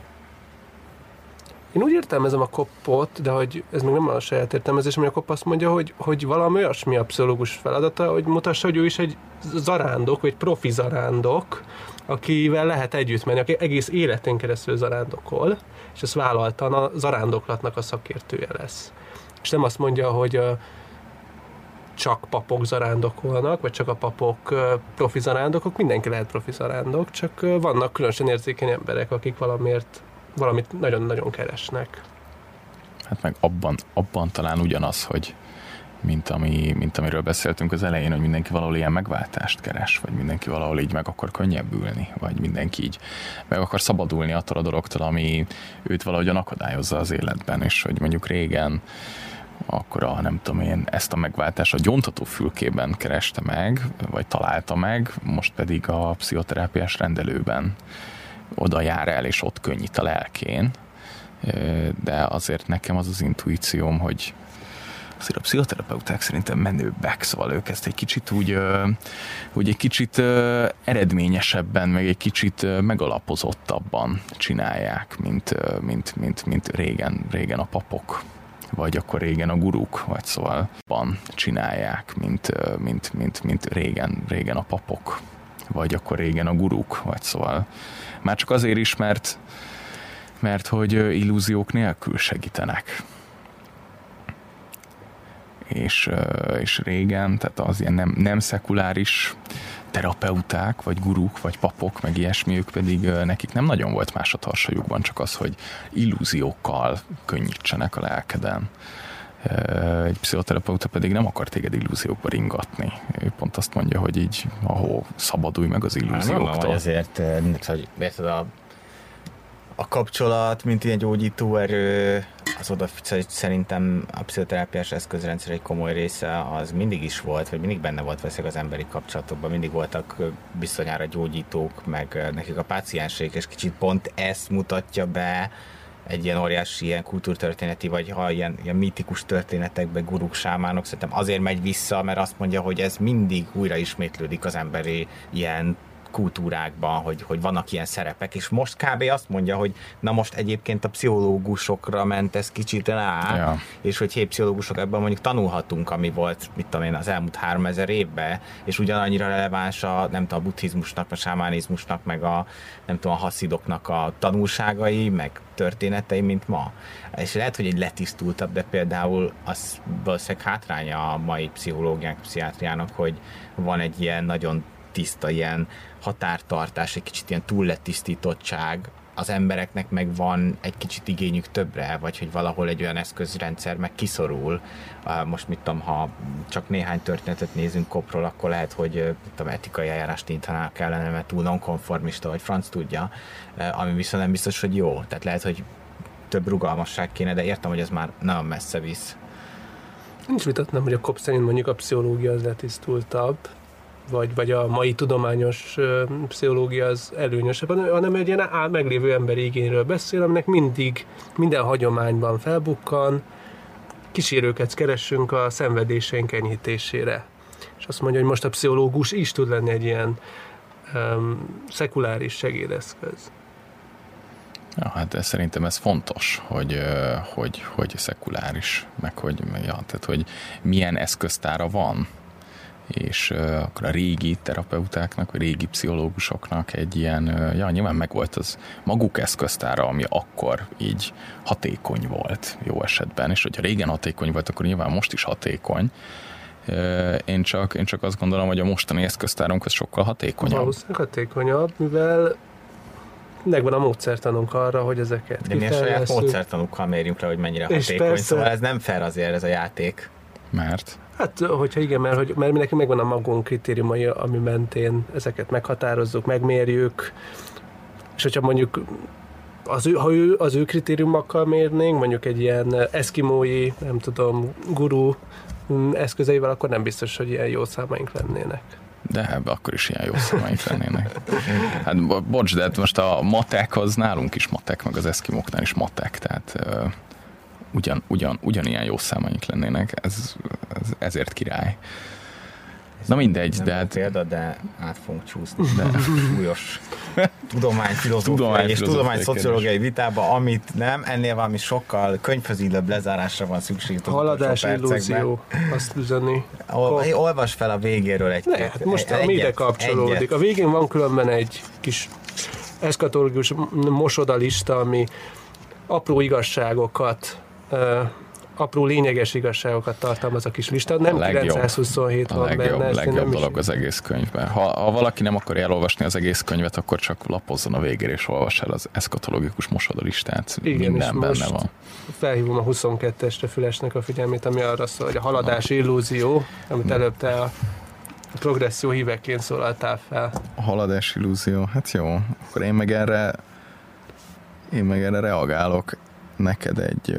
Én úgy értelmezem a Koppot, de hogy ez még nem a saját értelmezés, ami a Kopp azt mondja, hogy, hogy valami olyasmi a pszichológus feladata, hogy mutassa, hogy ő is egy zarándok, vagy profi zarándok, akivel lehet együtt menni, aki egész életén keresztül zarándokol, és ezt vállaltan a zarándoklatnak a szakértője lesz. És nem azt mondja, hogy uh, csak papok zarándokolnak, vagy csak a papok uh, profi zarándokok, mindenki lehet profi zarándok, csak uh, vannak különösen érzékeny emberek, akik valamiért valamit nagyon-nagyon keresnek. Hát meg abban, abban talán ugyanaz, hogy mint, ami, mint amiről beszéltünk az elején, hogy mindenki valahol ilyen megváltást keres, vagy mindenki valahol így meg akar könnyebbülni, vagy mindenki így meg akar szabadulni attól a dologtól, ami őt valahogyan akadályozza az életben, és hogy mondjuk régen akkor a, nem tudom én, ezt a megváltást a gyóntató fülkében kereste meg, vagy találta meg, most pedig a pszichoterápiás rendelőben oda jár el, és ott könnyít a lelkén. De azért nekem az az intuícióm, hogy azért a pszichoterapeuták szerintem menőbbek, szóval ők ezt egy kicsit úgy, úgy egy kicsit eredményesebben, meg egy kicsit megalapozottabban csinálják, mint, mint, mint, mint régen, régen a papok, vagy akkor régen a guruk, vagy szóval van csinálják, mint, mint, mint, mint régen, régen a papok, vagy akkor régen a guruk, vagy szóval már csak azért is, mert, mert hogy illúziók nélkül segítenek. És, és régen, tehát az ilyen nem, nem szekuláris terapeuták, vagy guruk, vagy papok, meg ilyesmi, ők pedig nekik nem nagyon volt más a tarsajukban, csak az, hogy illúziókkal könnyítsenek a lelkeden. Egy pszichoterapeuta pedig nem akar téged illúziókba ringatni. Ő pont azt mondja, hogy így, ahol szabadulj meg az illúzióktól. Nem, azért, hogy érted, a, a kapcsolat, mint ilyen gyógyító erő, az oda, szerintem a pszichoterápiás eszközrendszer egy komoly része az mindig is volt, vagy mindig benne volt valószínűleg az emberi kapcsolatokban, mindig voltak bizonyára gyógyítók, meg nekik a pácienseik, és kicsit pont ezt mutatja be egy ilyen óriási ilyen kultúrtörténeti, vagy ha ilyen, ilyen mítikus történetekben guruk, sámánok, szerintem azért megy vissza, mert azt mondja, hogy ez mindig újra ismétlődik az emberi ilyen kultúrákban, hogy, hogy vannak ilyen szerepek, és most kb. Azt mondja, hogy na most egyébként a pszichológusokra ment ez kicsit rá, ja. És hogy hé, pszichológusok ebben mondjuk tanulhatunk, ami volt, mit tudom én, az elmúlt háromezer évben, és ugyanannyira releváns a, nem tudom, a buddhizmusnak, a sámánizmusnak, meg a, nem tudom, a haszidoknak a tanulságai, meg történetei, mint ma. És lehet, hogy egy letisztultabb, de például az valószínűleg hátránya a mai pszichológiának, pszichiátriának, hogy van egy ilyen nagyon tiszta ilyen határtartás, egy kicsit ilyen túl letisztítottság, az embereknek meg van egy kicsit igényük többre, vagy hogy valahol egy olyan eszközrendszer meg kiszorul. Most mit tudom, ha csak néhány történetet nézünk kopról, akkor lehet, hogy mit tudom, etikai eljárást indítanak kellene, mert túl nonkonformista, vagy franc tudja, ami viszont nem biztos, hogy jó. Tehát lehet, hogy több rugalmasság kéne, de értem, hogy ez már nagyon messze visz. Nincs vitatnám, hogy a kop szerint mondjuk a pszichológia az letisztultabb, vagy, vagy a mai tudományos uh, pszichológia az előnyösebb, hanem egy ilyen á, meglévő emberi igényről beszél, aminek mindig, minden hagyományban felbukkan, kísérőket keressünk a szenvedéseink enyhítésére. És azt mondja, hogy most a pszichológus is tud lenni egy ilyen um, szekuláris segédeszköz. Ja, hát ez, szerintem ez fontos, hogy, hogy, hogy szekuláris, meg hogy, ja, tehát, hogy milyen eszköztára van, és uh, akkor a régi terapeutáknak, vagy régi pszichológusoknak egy ilyen, uh, ja, nyilván megvolt az maguk eszköztára, ami akkor így hatékony volt jó esetben, és hogyha régen hatékony volt, akkor nyilván most is hatékony. Uh, én, csak, én csak azt gondolom, hogy a mostani eszköztárunk az sokkal hatékonyabb. Valószínűleg hatékonyabb, mivel megvan a módszertanunk arra, hogy ezeket de mi a saját módszertanukkal mérjünk le, hogy mennyire és hatékony, persze, szóval ez nem fair azért ez a játék. Mert? Hát, hogyha igen, mert, hogy, mert nekünk megvan a magunk kritériumai, ami mentén ezeket meghatározzuk, megmérjük, és hogyha mondjuk az ő, ha ő, az ő kritériumokkal mérnénk, mondjuk egy ilyen eszkimói, nem tudom, guru eszközeivel, akkor nem biztos, hogy ilyen jó számaink lennének. De ebbe akkor is ilyen jó számaink lennének. Hát bocs, de most a matek az nálunk is matek, meg az eszkimóknál is matek, tehát uh, ugyan, ugyan, ugyanilyen jó számaink lennének, ez, ez, ezért király. Na mindegy, nem de hát... példa, de át fogunk csúszni. De súlyos tudományfilozófiai és tudományszociológiai vitába, amit nem, ennél valami sokkal könyvhözillőbb lezárásra van szükség. Haladás, illúzió, azt üzenni. Ol, olvasd fel a végéről egy ne, hát most egy, ami ide kapcsolódik. Egyet. A végén van különben egy kis eszkatológikus mosodalista, ami apró igazságokat apró lényeges igazságokat tartalmaz a kis lista. Nem legjobb, kilencszázhuszonhét van legjobb, benne. A legjobb dolog az egész könyvben. Ha, ha valaki nem akarja elolvasni az egész könyvet, akkor csak lapozzon a végére, és olvass el az eszkatológikus mosodalistát. Igen, minden benne van. Felhívom a huszonkettesre Fülesnek a figyelmét, ami arra szól, hogy a haladás illúzió, amit előbb te a progresszió híveként szólaltál fel. A haladás illúzió, hát jó. Akkor én meg erre én meg erre reagálok. Neked egy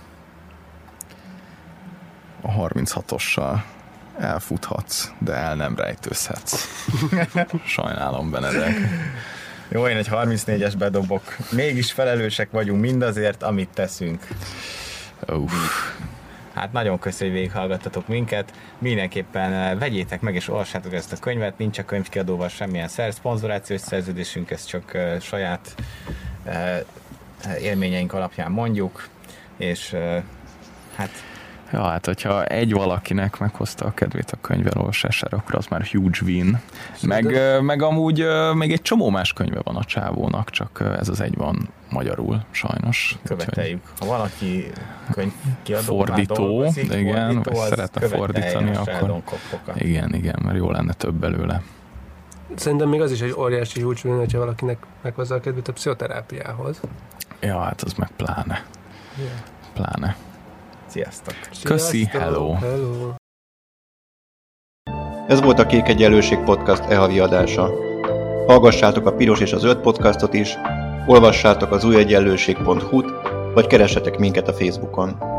a harminchatossal elfuthatsz, de el nem rejtőzhetsz. Sajnálom, Benedek. Jó, én egy harmincnégyes bedobok. Mégis felelősek vagyunk mindazért, amit teszünk. Uff. Hát nagyon köszönjük, hogy végighallgattatok minket. Mindenképpen vegyétek meg és olvassátok ezt a könyvet. Nincs a könyvkiadóval semmilyen szer, szponzorációs szerződésünk, ez csak uh, saját uh, élményeink alapján mondjuk, és uh, hát ja, hát hogyha egy valakinek meghozta a kedvét a könyv elolvasására, akkor az már huge win. Meg, meg amúgy még egy csomó más könyve van a csávónak, csak ez az egy van magyarul, sajnos. Követeljük. Ha valaki könyvkiadó fordító, dolgozik, igen, fordító, vagy szeretne fordítani, akkor igen, igen, mert jó lenne több belőle. Szerintem még az is egy óriási húcsú, hogyha valakinek meghozza a kedvét a pszichoterápiához. Ja, hát az meg pláne. Yeah. Pláne. Sziasztok! Köszi, hello. hello! Ez volt a Kék Egyenlőség Podcast e-havi adása. Hallgassátok a Piros és a Zöld podcastot is, olvassátok az új egyenlőség pont hu-t, vagy keressetek minket a Facebookon.